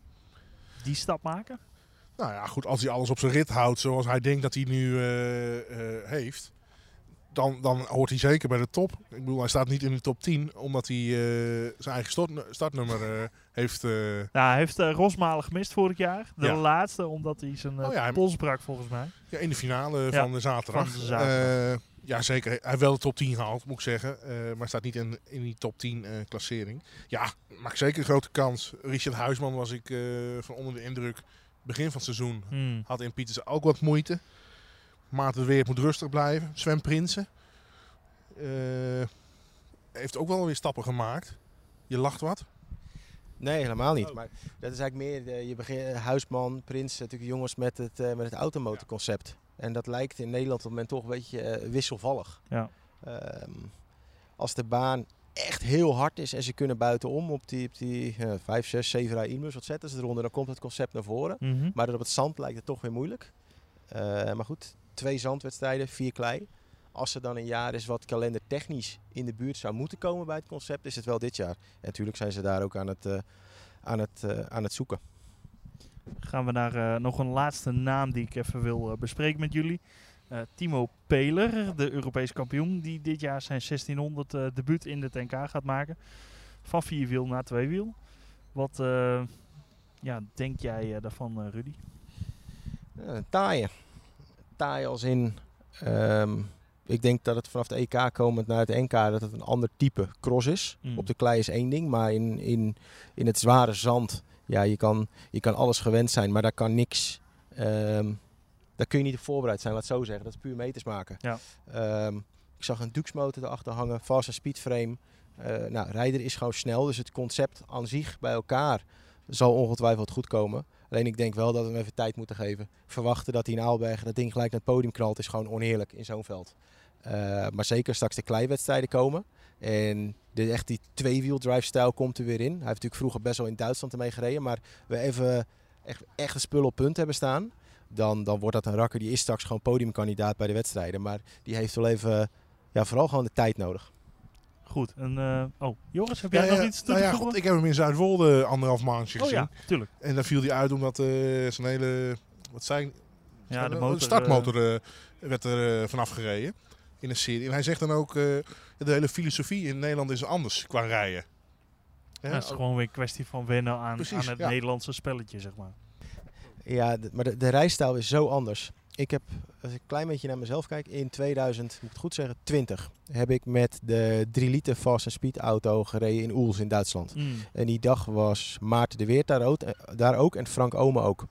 S1: die stap maken?
S2: Nou ja, goed, als hij alles op zijn rit houdt zoals hij denkt dat hij nu uh, uh, heeft, dan, dan hoort hij zeker bij de top. Ik bedoel, hij staat niet in de top tien, omdat hij uh, zijn eigen start, startnummer uh, heeft... Uh...
S1: Nou, hij heeft uh, Rosmalen gemist vorig jaar. De
S2: ja.
S1: laatste, omdat hij zijn uh, oh, ja, pols brak volgens mij.
S2: Ja, in de finale ja, van de zaterdag.
S1: Van de zaterdag.
S2: Uh, ja, zeker. Hij heeft wel de top tien gehaald, moet ik zeggen. Uh, maar staat niet in, in die top tien uh, klassering. Ja, maakt zeker een grote kans. Richard Huisman was ik uh, van onder de indruk. Begin van het seizoen
S1: hmm.
S2: had in Pieters ook wat moeite. Maarten de Weert moet rustig blijven. Sven Prinsen uh, heeft ook wel weer stappen gemaakt. Je lacht wat?
S3: Nee, helemaal niet.
S2: Oh.
S3: Maar dat is eigenlijk meer, de, je begint Huisman, Prins, natuurlijk jongens met het, uh, met het automotorconcept. Ja. En dat lijkt in Nederland op het moment toch een beetje uh, wisselvallig.
S1: Ja.
S3: Um, als de baan echt heel hard is en ze kunnen buitenom op die, op die uh, vijf, zes, zeven rij Immers, wat zetten ze eronder, dan komt het concept naar voren.
S1: Mm-hmm.
S3: Maar dan op het zand lijkt het toch weer moeilijk. Uh, maar goed, twee zandwedstrijden, vier klei. Als er dan een jaar is wat kalendertechnisch in de buurt zou moeten komen bij het concept, is het wel dit jaar. En natuurlijk zijn ze daar ook aan het, uh, aan het, uh, aan het zoeken.
S1: Gaan we naar uh, nog een laatste naam die ik even wil uh, bespreken met jullie. Uh, Timo Peler, de Europese kampioen, die dit jaar zijn zestienhonderd uh, debuut in het N K gaat maken. Van vierwiel naar tweewiel. Wat uh, ja, denk jij uh, daarvan, uh, Rudy?
S3: Uh, taaien. Taaien als in... Um, ik denk dat het vanaf de E K komend naar het N K dat het een ander type cross is. Mm. Op de klei is één ding, maar in, in, in het zware zand, ja, je kan, je kan alles gewend zijn, maar daar kan niks... Um, daar kun je niet op voorbereid zijn, laat het zo zeggen. Dat is puur meters maken.
S1: Ja.
S3: Um, ik zag een Dux motor erachter hangen, fast en speed frame. Uh, nou, rijder is gewoon snel, dus het concept aan zich bij elkaar zal ongetwijfeld goed komen. Alleen ik denk wel dat we hem even tijd moeten geven. Verwachten dat hij in Aalbergen dat ding gelijk naar het podium knalt is gewoon oneerlijk in zo'n veld. Uh, maar zeker straks de kleiwedstrijden komen. En de, echt die tweewiel-drive stijl komt er weer in. Hij heeft natuurlijk vroeger best wel in Duitsland ermee gereden. Maar we even echt, echt een spul op punt hebben staan. Dan, dan wordt dat een rakker. Die is straks gewoon podiumkandidaat bij de wedstrijden. Maar die heeft wel even, ja, vooral gewoon de tijd nodig.
S1: Goed. En, uh, oh, Joris, heb jij
S2: ja,
S1: nog
S2: ja,
S1: iets te
S2: nou ja,
S1: toevoegen?
S2: goed, ik heb hem in Zuidwolde anderhalf maandje gezien.
S1: Oh ja, tuurlijk.
S2: En daar viel hij uit omdat uh, zijn hele, wat zijn,
S1: ja, de,
S2: motor, de startmotor uh, werd er uh, vanaf gereden in een serie. En hij zegt dan ook, uh, de hele filosofie in Nederland is anders qua rijden.
S1: Ja, ja, het is gewoon weer een kwestie van wennen aan, Precies, aan het ja. Nederlandse spelletje, zeg maar.
S3: Ja, de, maar de, de rijstijl is zo anders. Ik heb, als ik een klein beetje naar mezelf kijk, in tweeduizend, moet ik het goed zeggen, twintig heb ik met de drie liter fast and speed auto gereden in Oels in Duitsland. Mm. En die dag was Maarten de Weert daar ook, daar ook en Frank Ome ook.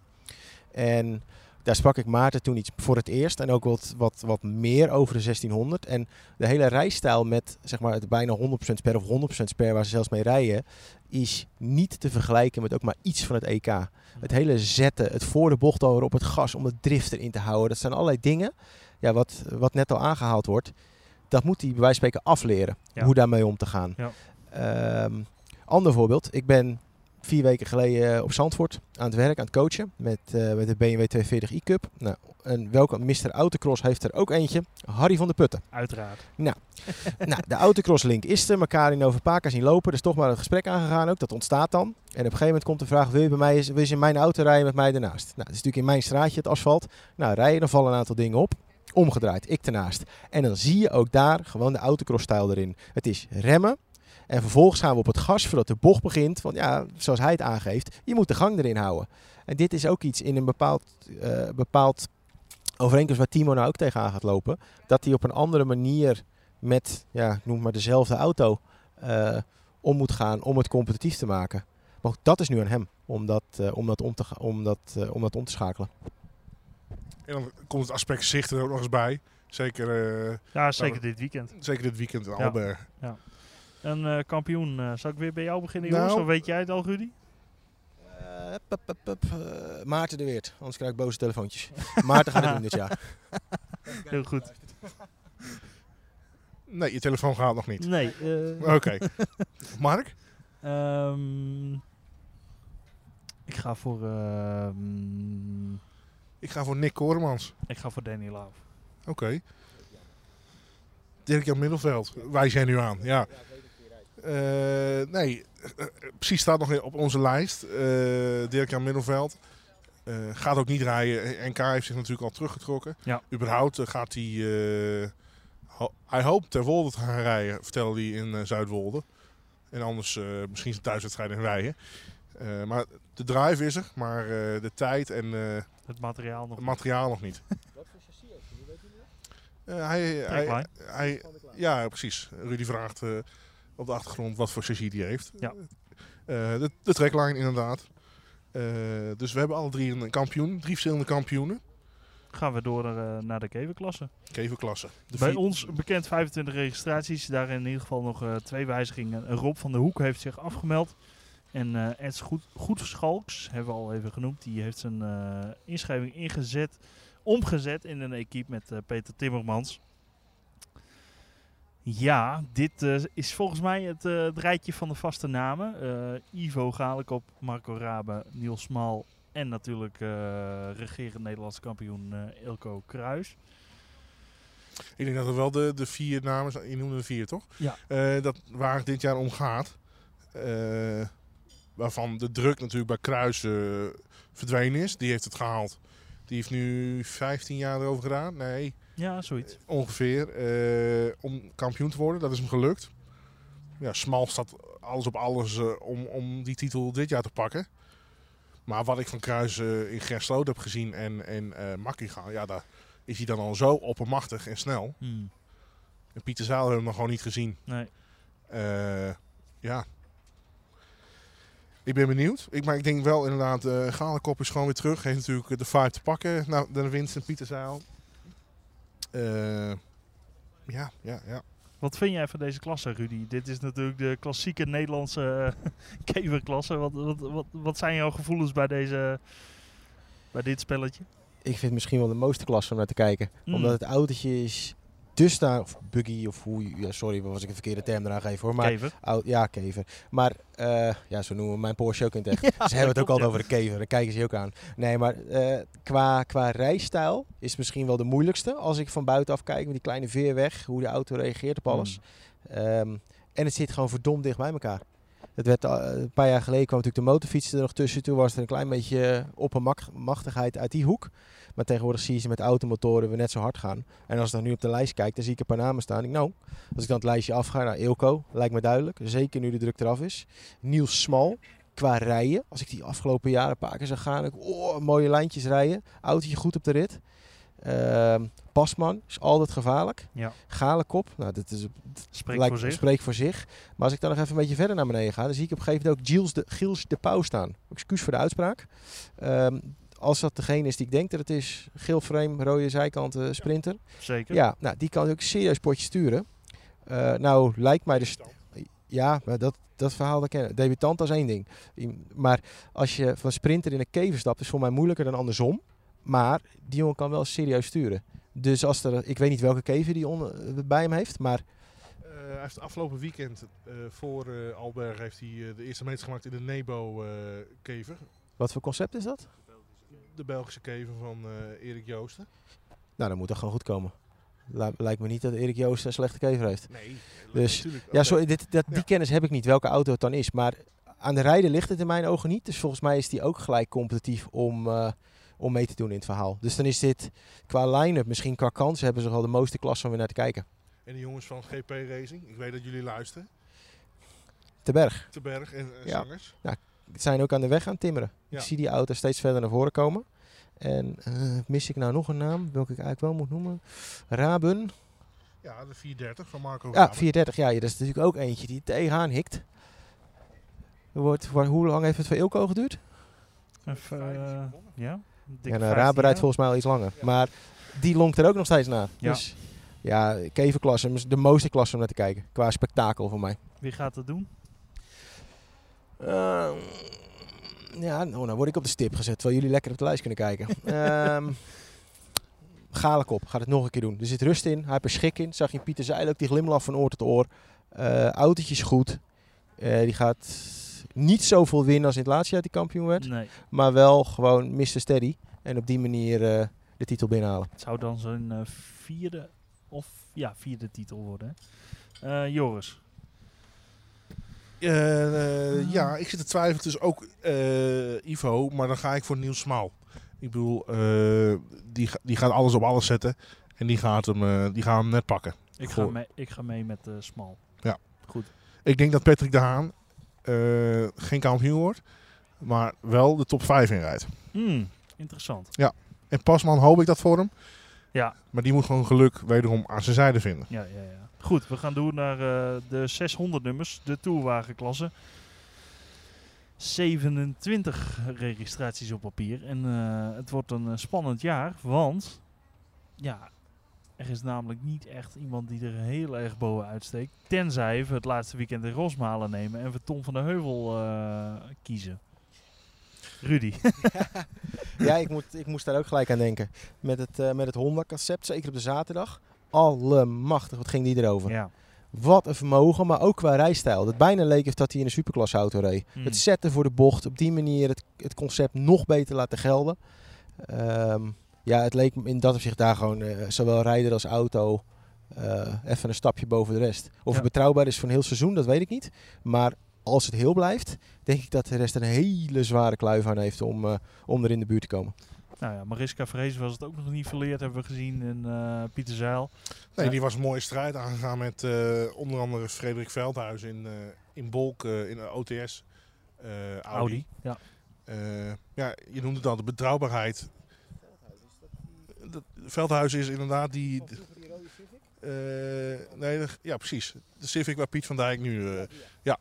S3: En daar sprak ik Maarten toen iets voor het eerst en ook wat, wat, wat meer over de zestienhonderd. En de hele rijstijl met zeg maar, het bijna honderd procent sper of honderd procent sper waar ze zelfs mee rijden, is niet te vergelijken met ook maar iets van het E K. Het hele zetten, het voor de bocht over op het gas om de drift erin te houden. Dat zijn allerlei dingen, ja, wat, wat net al aangehaald wordt. Dat moet hij bij wijze van spreken afleren, ja. hoe daarmee om te gaan. Ja. Um, ander voorbeeld, ik ben vier weken geleden op Zandvoort aan het werk, aan het coachen met, uh, met de B M W tweehonderdveertig i-Cup. Nou, en welke mister Autocross heeft er ook eentje? Harry van der Putten.
S1: Uiteraard.
S3: Nou, nou de Autocross link is er, elkaar in over Paka zien lopen. Dus toch maar een gesprek aangegaan ook, dat ontstaat dan. En op een gegeven moment komt de vraag, wil je bij mij wil je in mijn auto rijden met mij ernaast? Nou, dat is natuurlijk in mijn straatje het asfalt. Nou, rijden, dan vallen een aantal dingen op. Omgedraaid, ik ernaast. En dan zie je ook daar gewoon de Autocross-stijl erin. Het is remmen. En vervolgens gaan we op het gas voordat de bocht begint. Want ja, zoals hij het aangeeft, je moet de gang erin houden. En dit is ook iets in een bepaald, uh, bepaald overeenkomst waar Timo nou ook tegenaan gaat lopen. Dat hij op een andere manier met, ja, ik noem het maar dezelfde auto, uh, om moet gaan om het competitief te maken. Maar dat is nu aan hem, om dat, uh, om dat, om te, om dat, uh, om dat om te schakelen.
S2: En dan komt het aspect zicht er ook nog eens bij. Zeker, uh,
S1: ja, zeker nou, dit weekend.
S2: Zeker dit weekend in
S1: ja.
S2: Alberg.
S1: Ja. En uh, kampioen, uh, zal ik weer bij jou beginnen,
S2: nou,
S1: jongens? Of weet jij het al, Rudy?
S3: Uh, pup, pup, pup, uh, Maarten de Weert, anders krijg ik boze telefoontjes. Maarten gaat het doen dit jaar.
S1: Heel goed.
S2: Nee, je telefoon gaat nog niet.
S1: Nee. Uh...
S2: Oké. Okay. Mark?
S1: Um, ik ga voor... Uh, um,
S2: ik ga voor Nick Koremans.
S1: Ik ga voor Danny Lauw.
S2: Oké. Okay. Dirk-Jan Middelveld, wijs jij nu aan. Ja. Uh, nee, uh, precies staat nog op onze lijst. Uh, Dirk-Jan Middelveld uh, gaat ook niet rijden. N K heeft zich natuurlijk al teruggetrokken.
S1: Ja.
S2: Überhaupt uh, gaat hij... Uh, ho- hij hoopt ter Wolde te gaan rijden, vertelde hij in uh, Zuidwolde. En anders uh, misschien zijn thuiswedstrijd in Rijen. Uh, maar de drive is er, maar uh, de tijd en uh,
S1: het materiaal nog
S2: het materiaal nog niet.
S3: Wat voor chassis heeft hij? Weet je
S2: uh, hij, hij, hij, hij,
S3: ja.
S2: ja, precies. Rudy vraagt uh, op de achtergrond wat voor chassis die heeft.
S1: Ja.
S2: Uh, de, de trackline inderdaad. Uh, dus we hebben alle drie een kampioen, drie verschillende kampioenen.
S1: Gaan we door uh, naar de keverklasse.
S2: Keverklasse.
S1: Bij vier... ons bekend vijfentwintig registraties. Daarin in ieder geval nog uh, twee wijzigingen. Rob van der Hoek heeft zich afgemeld. En uh, Eds Goed, Goedschalks, hebben we al even genoemd. Die heeft zijn uh, inschrijving ingezet, omgezet in een equipe met uh, Peter Timmermans. Ja, dit uh, is volgens mij het, uh, het rijtje van de vaste namen. Uh, Ivo Galekop, Marco Rabe, Niels Smal en natuurlijk uh, regerend Nederlands kampioen uh, Ilko Kruis.
S2: Ik denk dat er wel de, de vier namen zijn. Je noemde er vier, toch?
S1: Ja.
S2: Uh, dat, waar het dit jaar om gaat. Uh, waarvan de druk natuurlijk bij Kruis uh, verdwenen is. Die heeft het gehaald. Die heeft nu vijftien jaar erover gedaan. Nee.
S1: Ja, zoiets.
S2: Ongeveer. Uh, om kampioen te worden. Dat is hem gelukt. Ja, Smal staat alles op alles uh, om, om die titel dit jaar te pakken. Maar wat ik van Kruis uh, in Gersloot heb gezien en, en uh, Makkinga, ja, daar is hij dan al zo oppermachtig en snel.
S1: Hmm.
S2: En Pieter Zeil hebben we nog gewoon niet gezien.
S1: Nee.
S2: Uh, ja. Ik ben benieuwd. Ik, maar ik denk wel inderdaad, uh, Galekop is gewoon weer terug. Heeft natuurlijk de vibe te pakken naar de winst en Pieter Zeil. Uh, ja, ja, ja.
S1: Wat vind jij van deze klasse, Rudy? Dit is natuurlijk de klassieke Nederlandse uh, keverklasse. Wat, wat, wat, wat zijn jouw gevoelens bij, deze, bij dit spelletje?
S3: Ik vind het misschien wel de mooiste klasse om naar te kijken. Mm. Omdat het autootje is dusdanig, of buggy, of hoe, ja, sorry, was ik een verkeerde term eraan geven hoor. Maar,
S1: kever?
S3: Oud, ja, kever. Maar, uh, ja, zo noemen we mijn Porsche ook in het echt. Ja, ze hebben het ook altijd over de kever, daar kijken ze je ook aan. Nee, maar uh, qua, qua rijstijl is het misschien wel de moeilijkste. Als ik van buitenaf kijk met die kleine veerweg, hoe de auto reageert op alles. Mm. Um, en het zit gewoon verdomd dicht bij elkaar. Het werd, uh, een paar jaar geleden kwam natuurlijk de motorfietsen er nog tussen. Toen was er een klein beetje oppermachtigheid uit die hoek. Maar tegenwoordig zie je ze met automotoren weer net zo hard gaan. En als ik dan nu op de lijst kijk, dan zie ik een paar namen staan. Ik, nou, als ik dan het lijstje afga, nou, Ilko, lijkt me duidelijk. Zeker nu de druk eraf is. Niels Smal, qua rijden. Als ik die afgelopen jaren een paar keer zag gaan, ik, oh, mooie lijntjes rijden. Autootje goed op de rit. Uh, Pasman is altijd gevaarlijk.
S1: Ja.
S3: Galekop, nou, dat is,
S1: spreek,
S3: lijkt,
S1: voor zich.
S3: spreek voor zich. Maar als ik dan nog even een beetje verder naar beneden ga, dan zie ik op een gegeven moment ook Gilles de, Gilles de Pauw staan. Excuus voor de uitspraak. Um, als dat degene is die ik denk dat het is, geel frame, rode zijkanten, sprinter.
S1: Zeker.
S3: Ja, nou, die kan ook serieus potje sturen. Uh, nou, lijkt mij dus... Ja, maar dat, dat verhaal dat kennen. Debutant als één ding. Maar als je van sprinter in een kever stapt, is voor mij moeilijker dan andersom. Maar die jongen kan wel serieus sturen. Dus als er, ik weet niet welke kever die on, bij hem heeft, maar...
S2: Uh, hij heeft afgelopen weekend uh, voor uh, Alberg heeft hij uh, de eerste meters gemaakt in de Nebo uh, kever.
S3: Wat voor concept is dat?
S2: De Belgische kever van uh, Erik Joosten.
S3: Nou, dat moet toch gewoon goed komen. Lijkt me niet dat Erik Joosten een slechte kever heeft.
S2: Nee,
S3: dus,
S2: natuurlijk.
S3: Ja, sorry, dit, dat, die
S2: ja.
S3: kennis heb ik niet, welke auto het dan is. Maar aan de rijden ligt het in mijn ogen niet. Dus volgens mij is die ook gelijk competitief om, uh, om mee te doen in het verhaal. Dus dan is dit qua line-up, misschien qua kansen, hebben ze wel de mooiste klasse om weer naar te kijken.
S2: En de jongens van G P Racing, ik weet dat jullie luisteren.
S3: Te Berg.
S2: Te Berg en, en
S3: Ja.
S2: zangers.
S3: Zijn ook aan de weg aan het timmeren.
S2: Ja.
S3: Ik zie die auto steeds verder naar voren komen. En uh, mis ik nou nog een naam, welke ik eigenlijk wel moet noemen. Raben.
S2: Ja, de vierhonderddertig van Marco
S3: Ja,
S2: Raben.
S3: vierhonderdertig. Ja, dat is natuurlijk ook eentje die tegenaan hikt. Er wordt, hoe lang heeft het voor Ilko geduurd?
S1: Even, uh, ja,
S3: Ja, nou, Raben rijdt volgens mij al iets langer. Ja. Maar die lonkt er ook nog steeds naar.
S1: Ja.
S3: Dus ja, Keverklasse, de mooiste klasse om naar te kijken. Qua spektakel voor mij.
S1: Wie gaat het doen?
S3: Uh, ja, nou, nou word ik op de stip gezet, terwijl jullie lekker op de lijst kunnen kijken. um, Galekop gaat het nog een keer doen. Er zit rust in, hij heeft er schik in. Zag je Pieter Zeil ook, die glimlach van oor tot oor. Uh, autootjes goed. Uh, die gaat niet zoveel winnen als in het laatste jaar die kampioen werd.
S1: Nee.
S3: Maar wel gewoon mister Steady. En op die manier uh, de titel binnenhalen.
S1: Het zou dan zijn uh, vierde of ja, vierde titel worden. Uh, Joris.
S2: Uh, uh, ja, ik zit te twijfelen tussen ook uh, Ivo, maar dan ga ik voor Niels Smaal. Ik bedoel, uh, die, die gaat alles op alles zetten en die gaat hem, uh, die gaan hem net pakken.
S1: Ik,
S2: voor...
S1: ga, mee, ik ga mee met uh, Smal.
S2: Ja.
S1: Goed.
S2: Ik denk dat Patrick de Haan uh, geen kampioen wordt, maar wel de top vijf inrijdt.
S1: Mm, interessant.
S2: Ja, en Pasman hoop ik dat voor hem.
S1: Ja.
S2: Maar die moet gewoon geluk wederom aan zijn zijde vinden.
S1: Ja, ja, ja. Goed, we gaan door naar uh, de zeshonderd nummers, de Tourwagenklasse. zevenentwintig registraties op papier. En uh, het wordt een uh, spannend jaar, want ja, er is namelijk niet echt iemand die er heel erg bovenuit steekt. Tenzij we het laatste weekend in Rosmalen nemen en we Tom van der Heuvel uh, kiezen. Rudy.
S3: Ja, ik, moet, ik moest daar ook gelijk aan denken. Met het, uh, met het Honda-concept, zeker op de zaterdag. Allemachtig, wat ging die erover?
S1: Ja.
S3: Wat een vermogen, maar ook qua rijstijl. Het bijna leek of dat hij in een superklasse auto reed. Mm. Het zetten voor de bocht, op die manier het, het concept nog beter laten gelden. Um, ja, het leek in dat opzicht daar gewoon uh, zowel rijder als auto uh, even een stapje boven de rest. Of ja. het betrouwbaar is voor een heel seizoen, dat weet ik niet. Maar als het heel blijft, denk ik dat de rest een hele zware kluif aan heeft om, uh, om er in de buurt te komen.
S1: Nou ja, Mariska Vrees was het ook nog niet verleerd, hebben we gezien in uh, Pieter Zeil.
S2: Nee, die was een mooie strijd aangegaan met uh, onder andere Frederik Veldhuis in, uh, in Bolk, uh, in de O T S uh, Audi.
S1: Audi. Ja.
S2: Uh, ja, je noemde het al, de betrouwbaarheid. Veldhuis is inderdaad die... Uh, nee, de, ja precies. De Civic waar Piet van Dijk nu... Uh, ja.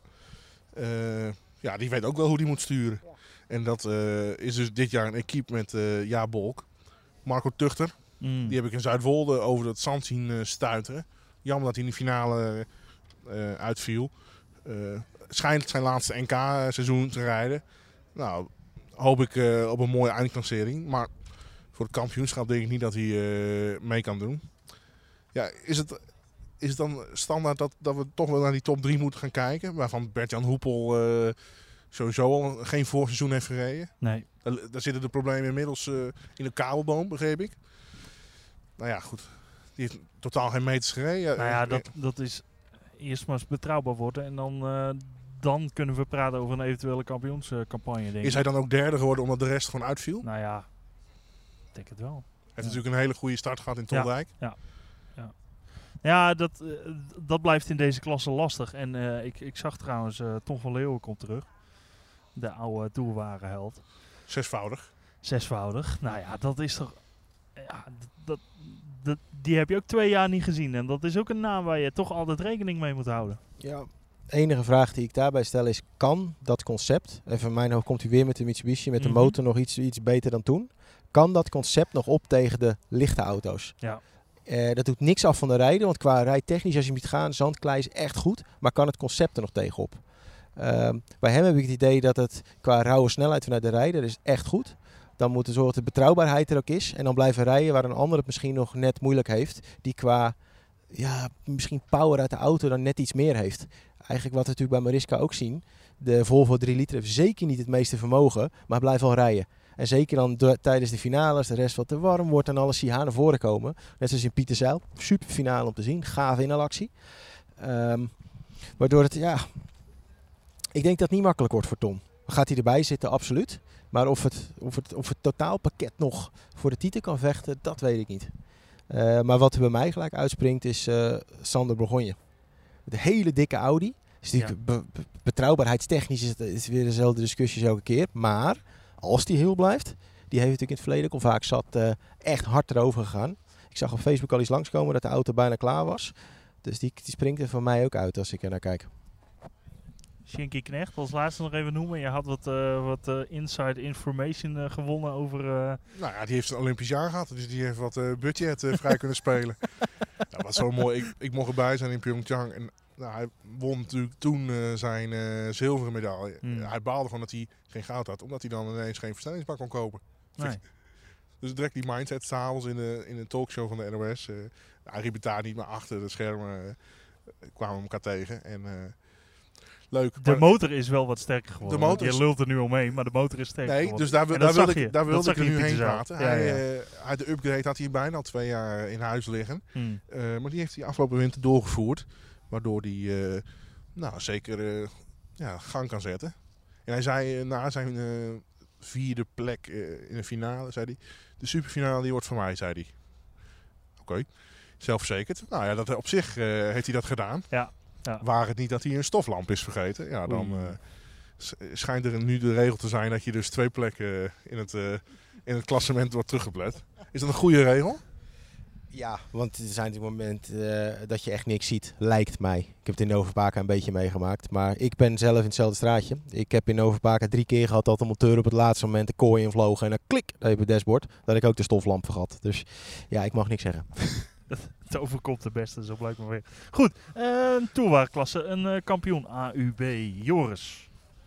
S2: Uh, ja, die weet ook wel hoe die moet sturen. En dat uh, is dus dit jaar een equipe met uh, Ja Bolk. Marco Tuchter. Mm. Die heb ik in Zuidwolde over het zand zien uh, stuiteren. Jammer dat hij in de finale uh, uitviel. Uh, schijnt zijn laatste N K-seizoen te rijden. Nou, hoop ik uh, op een mooie eindklassering. Maar voor het kampioenschap denk ik niet dat hij uh, mee kan doen. Ja, is het, is het dan standaard dat, dat we toch wel naar die top drie moeten gaan kijken? Waarvan Bert-Jan Hoepel uh, sowieso al geen voorseizoen heeft gereden.
S1: Nee.
S2: Daar, daar zitten de problemen inmiddels uh, in de kabelboom, begreep ik. Nou ja, goed. Die heeft totaal geen meters gereden.
S1: Nou ja, dat, dat is eerst maar eens betrouwbaar worden. En dan, uh, dan kunnen we praten over een eventuele kampioenscampagne. Denk ik.
S2: Is hij dan ook derde geworden omdat de rest gewoon uitviel?
S1: Nou ja, ik denk het wel.
S2: Hij heeft ja. natuurlijk een hele goede start gehad in Toldijk.
S1: Ja, ja. Ja, ja dat, uh, dat blijft in deze klasse lastig. En uh, ik, ik zag trouwens, uh, Tom van Leeuwen komt terug. De oude toerwagenheld.
S2: Zesvoudig.
S1: Zesvoudig. Nou ja, dat is toch... Ja, dat, dat, die heb je ook twee jaar niet gezien. En dat is ook een naam waar je toch altijd rekening mee moet houden.
S3: Ja. De enige vraag die ik daarbij stel is, kan dat concept... En van mijn hoofd komt hij weer met de Mitsubishi, met de mm-hmm. motor nog iets, iets beter dan toen. Kan dat concept nog op tegen de lichte auto's?
S1: Ja.
S3: Uh, dat doet niks af van de rijden, want qua rijtechnisch als je moet gaan, zandklei is echt goed. Maar kan het concept er nog tegenop? Uh, bij hem heb ik het idee dat het qua rauwe snelheid vanuit de rijder is echt goed. Dan moet er zorgen dat de betrouwbaarheid er ook is. En dan blijven rijden waar een ander het misschien nog net moeilijk heeft. Die qua ja, misschien power uit de auto dan net iets meer heeft. Eigenlijk wat we natuurlijk bij Mariska ook zien. De Volvo drie liter heeft zeker niet het meeste vermogen, maar blijft wel rijden. En zeker dan de, tijdens de finales, de rest wat te warm wordt en alles zie je haar naar voren komen. Net zoals in Pieter Zeil. Super finale om te zien. Gave inhaalactie. Um, waardoor het, ja... Ik denk dat het niet makkelijk wordt voor Tom. Gaat hij erbij zitten? Absoluut. Maar of het, of het, of het totaalpakket nog voor de titel kan vechten, dat weet ik niet. Uh, maar wat er bij mij gelijk uitspringt is uh, Sander Borgonje. De hele dikke Audi. Dus die
S1: Ja.
S3: be- be- betrouwbaarheidstechnisch is het is weer dezelfde discussie elke keer. Maar als die heel blijft, die heeft natuurlijk in het verleden ook al vaak zat uh, echt hard erover gegaan. Ik zag op Facebook al eens langskomen dat de auto bijna klaar was. Dus die, die springt er van mij ook uit als ik er naar kijk.
S1: Shinky Knecht, als laatste nog even noemen. Je had wat, uh, wat uh, inside information uh, gewonnen over... Uh...
S2: Nou ja, die heeft een Olympisch jaar gehad. Dus die heeft wat uh, budget uh, vrij kunnen spelen. Dat was zo mooi. Ik, ik mocht erbij zijn in Pyeongchang. En nou, hij won natuurlijk toen uh, zijn uh, zilveren medaille.
S1: Hmm.
S2: Uh, hij baalde van dat hij geen goud had. Omdat hij dan ineens geen versnellingsbak kon kopen.
S1: Nee.
S2: Dus direct die mindset s'avonds in de, in de talkshow van de N O S. Uh, hij riep het daar niet, maar achter de schermen uh, kwamen we elkaar tegen. En... Uh, Leuk.
S1: De motor is wel wat sterker geworden.
S2: De motor
S1: je lult er nu omheen, maar de motor is sterker
S2: nee,
S1: geworden.
S2: Dus daar,
S1: daar,
S2: daar wilde
S1: je,
S2: ik, daar wilde ik er nu heen praten.
S1: Ja,
S2: hij,
S1: ja.
S2: uh, hij de upgrade had hij bijna al twee jaar in huis liggen.
S1: Hmm.
S2: Uh, maar die heeft hij afgelopen winter doorgevoerd. Waardoor hij uh, nou, zeker uh, ja, gang kan zetten. En hij zei uh, na zijn uh, vierde plek uh, in de finale, zei hij, de superfinale die wordt van mij, zei hij. Oké, okay. Zelfverzekerd. Nou ja, dat, op zich uh, heeft hij dat gedaan.
S1: Ja. Ja.
S2: Waar het niet dat hij een stoflamp is vergeten. Ja, dan uh, schijnt er nu de regel te zijn dat je dus twee plekken in het, uh, in het klassement wordt teruggeplet. Is dat een goede regel?
S3: Ja, want er zijn natuurlijk momenten uh, dat je echt niks ziet, lijkt mij. Ik heb het in Overpaka een beetje meegemaakt. Maar ik ben zelf in hetzelfde straatje. Ik heb in Overpaka drie keer gehad dat de monteur op het laatste moment de kooi invloog. En dan klik, even het dashboard, dat ik ook de stoflamp vergat. Dus ja, ik mag niks zeggen.
S1: Het overkomt de beste, zo blijkt maar weer. Goed, uh, toerwagenklasse, een uh, kampioen A U B, Joris.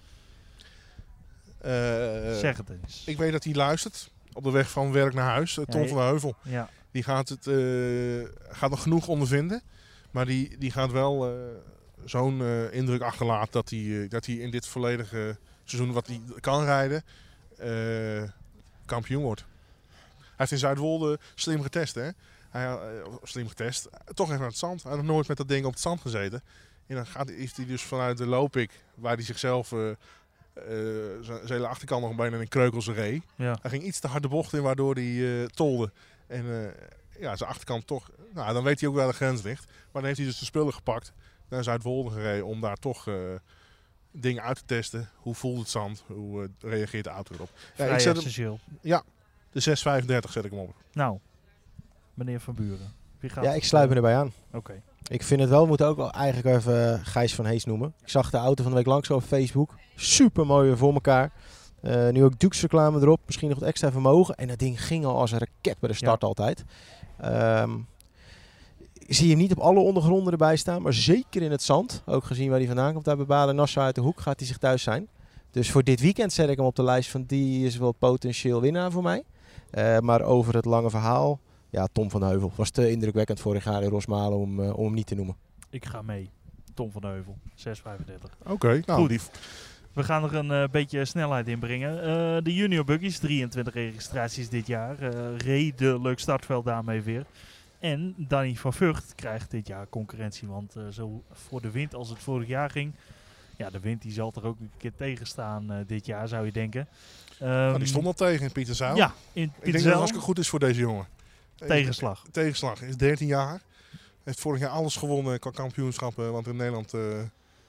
S2: Uh,
S1: zeg het eens.
S2: Ik weet dat hij luistert op de weg van werk naar huis, uh, Tom ja, van de Heuvel.
S1: Ja.
S2: Die gaat, het, uh, gaat nog genoeg ondervinden, maar die, die gaat wel uh, zo'n uh, indruk achterlaten dat hij, uh, dat hij in dit volledige seizoen wat hij kan rijden, uh, kampioen wordt. Hij heeft in Zuidwolde slim getest, hè? Hij had uh, slim getest. Toch even naar het zand. Hij had nog nooit met dat ding op het zand gezeten. En dan gaat, is hij dus vanuit de loopik, waar hij zichzelf uh, uh, zijn hele achterkant nog bijna in een kreukelse reed. Ja. Hij ging iets te hard de bocht in, waardoor hij uh, tolde. En uh, ja, zijn achterkant toch, nou dan weet hij ook waar de grens ligt. Maar dan heeft hij dus de spullen gepakt, naar Zuidwolde gereden om daar toch uh, dingen uit te testen. Hoe voelt het zand? Hoe uh, reageert de auto erop?
S1: Ja, ik zet hem,
S2: ja, de zes vijfendertig zet ik hem op.
S1: Nou. Meneer Van Buren. Wie gaat
S3: ja, ik sluit me erbij aan.
S1: Oké. Okay.
S3: Ik vind het wel, we moeten ook wel eigenlijk even Gijs van Hees noemen. Ik zag de auto van de week langs op Facebook. Super mooi weer voor elkaar. Uh, nu ook Dukes reclame erop. Misschien nog wat extra vermogen. En dat ding ging al als een raket bij de start ja. altijd. Um, ik zie hem niet op alle ondergronden erbij staan. Maar zeker in het zand. Ook gezien waar hij vandaan komt. Daar bij Baden Nassau uit de hoek gaat hij zich thuis zijn. Dus voor dit weekend zet ik hem op de lijst van die is wel potentieel winnaar voor mij. Uh, maar over het lange verhaal... Ja, Tom van Heuvel. Was te indrukwekkend vorig jaar in Rosmalen om, uh, om hem niet te noemen.
S1: Ik ga mee. Tom van Heuvel. zes vijfendertig.
S2: Oké, okay, nou
S1: goed.
S2: Die...
S1: We gaan er een uh, beetje snelheid in brengen. Uh, de junior buggies, drieëntwintig registraties dit jaar. Uh, redelijk startveld daarmee weer. En Danny van Vught krijgt dit jaar concurrentie. Want uh, zo voor de wind als het vorig jaar ging... Ja, de wind die zal er ook een keer tegenstaan uh, dit jaar, zou je denken. Um,
S2: nou, die stond al tegen in Pieterzuil.
S1: Ja, in Pieterzuil.
S2: Ik denk dat het hartstikke goed is voor deze jongen.
S1: Tegenslag.
S2: Tegenslag. Hij is dertien jaar. Heeft vorig jaar alles gewonnen qua kampioenschappen. Want er in Nederland uh, uh,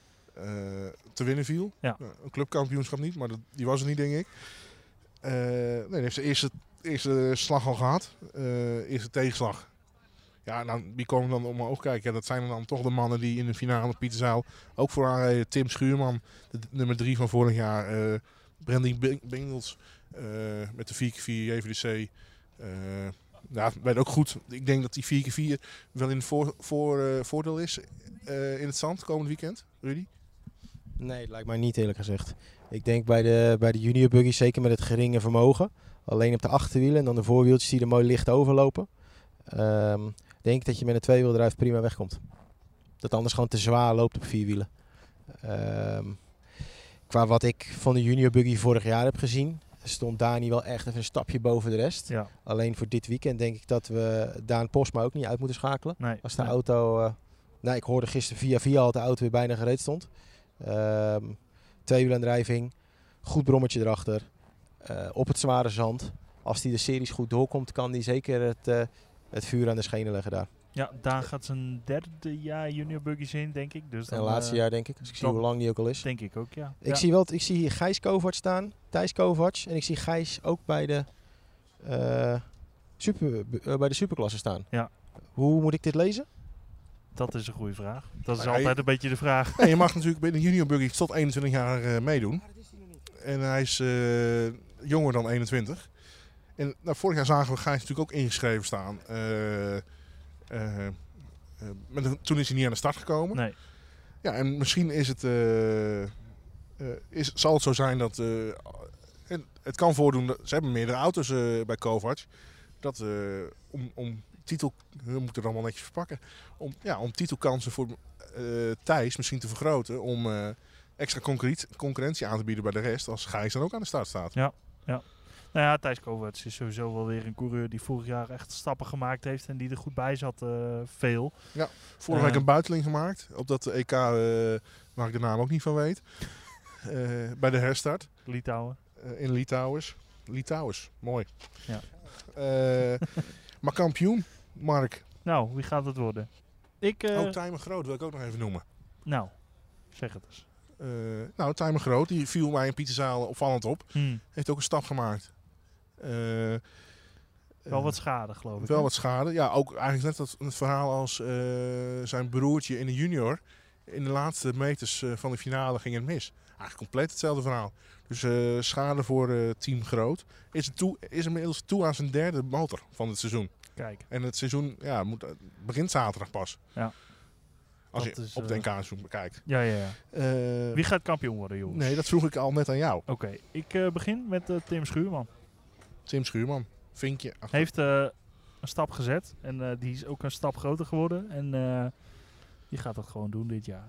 S2: te winnen viel.
S1: Ja.
S2: Uh, een clubkampioenschap niet, maar dat, die was er niet, denk ik. Uh, nee, hij heeft zijn eerste, eerste slag al gehad. Uh, eerste tegenslag. Ja, nou, wie komen dan omhoog kijken? Ja, dat zijn dan toch de mannen die in de finale Pieterzuil ook vooraan reden. Tim Schuurman, de nummer drie van vorig jaar. Uh, Branding Bengels uh, met de vier keer vier J V D C. Uh, Ja, weet ook goed. Ik denk dat die vier keer vier wel in voor, voor, uh, voordeel is uh, in het zand komend weekend. Rudy?
S3: Nee, het lijkt mij niet eerlijk gezegd. Ik denk bij de, bij de junior buggies, zeker met het geringe vermogen. Alleen op de achterwielen en dan de voorwieltjes die er mooi licht overlopen. Um, denk ik dat je met een tweewieldrijf prima wegkomt. Dat anders gewoon te zwaar loopt op vier wielen. Um, qua wat ik van de junior buggy vorig jaar heb gezien... stond Dani wel echt even een stapje boven de rest. Ja. Alleen voor dit weekend denk ik dat we Daan Posma ook niet uit moeten schakelen.
S1: Nee,
S3: Als de
S1: nee.
S3: auto... Uh, nou, ik hoorde gisteren via via al de auto weer bijna gereed stond. Um, tweewielaandrijving, goed brommetje erachter. Uh, op het zware zand. Als hij de series goed doorkomt, kan hij zeker het, uh, het vuur aan de schenen leggen daar.
S1: Ja, Daan gaat zijn derde jaar junior buggies in, denk ik. Dus
S3: En
S1: dan,
S3: laatste
S1: eh,
S3: jaar denk ik. Dus ik zie
S1: dan-
S3: hoe lang die ook al is.
S1: denk ik ook, ja.
S3: Ik,
S1: ja.
S3: zie wel, ik zie hier Gijs Kovac staan, Thijs Kovac. En ik zie Gijs ook bij de, eh, super, uh, bij de superklasse staan.
S1: Ja.
S3: Hoe moet ik dit lezen?
S1: Dat is een goede vraag. Dat is
S2: Maar hij-
S1: altijd een beetje de vraag.
S2: Nee, je mag natuurlijk bij de junior buggy tot eenentwintig jaar uh, meedoen. En hij is uh, jonger dan eenentwintig. En nou, vorig jaar zagen we Gijs natuurlijk ook ingeschreven staan. Uh, uh, uh, maar de, toen is hij niet aan de start gekomen.
S1: Nee.
S2: Ja, en misschien is het, uh, uh, is, zal het zo zijn dat... Uh, en het kan voordoen, dat, ze hebben meerdere auto's uh, bij Kovac. Dat uh, om, om titel... We moeten het allemaal netjes verpakken. Om, ja, om titelkansen voor uh, Thijs misschien te vergroten. Om uh, extra concurrentie, concurrentie aan te bieden bij de rest. Als Gijs dan ook aan de start staat.
S1: Ja, ja. Nou ja, Thijs Kovac is sowieso wel weer een coureur die vorig jaar echt stappen gemaakt heeft. En die er goed bij zat, uh, veel.
S2: Ja, vorige
S1: Uh,
S2: week een buiteling gemaakt. Op dat E K uh, waar ik de naam ook niet van weet. Uh, bij de herstart.
S1: Litouwen.
S2: Uh, in Litouwers. Litouwers, mooi.
S1: Ja.
S2: Uh, maar kampioen, Mark.
S1: Nou, wie gaat het worden? Ik, uh,
S2: oh, Tijmen Groot wil ik ook nog even noemen.
S1: Nou, zeg het eens.
S2: Uh, nou, Tijmen Groot, die viel mij in Pieterzaal opvallend op.
S1: Hmm.
S2: Heeft ook een stap gemaakt. Uh,
S1: wel wat schade, geloof ik.
S2: Wel
S1: hè?
S2: wat schade. Ja, ook eigenlijk net dat, het verhaal als uh, zijn broertje in de junior. In de laatste meters uh, van de finale ging het mis. Eigenlijk compleet hetzelfde verhaal. Dus uh, schade voor uh, team Groot. Is, het toe, is inmiddels toe aan zijn derde motor van het seizoen.
S1: Kijk.
S2: En het seizoen ja, moet, begint zaterdag pas.
S1: Ja.
S2: Als
S1: Dat
S2: je
S1: is,
S2: op de
S1: uh,
S2: N K-seizoen bekijkt.
S1: Ja, ja, ja.
S2: Uh,
S1: Wie gaat kampioen worden, jongens?
S2: Nee, dat vroeg ik al net aan jou.
S1: Oké, okay. ik uh, begin met uh, Tim Schuurman.
S2: Tim Schuurman, vinkje. Achter.
S1: Heeft uh, een stap gezet en uh, die is ook een stap groter geworden. En uh, die gaat dat gewoon doen dit jaar.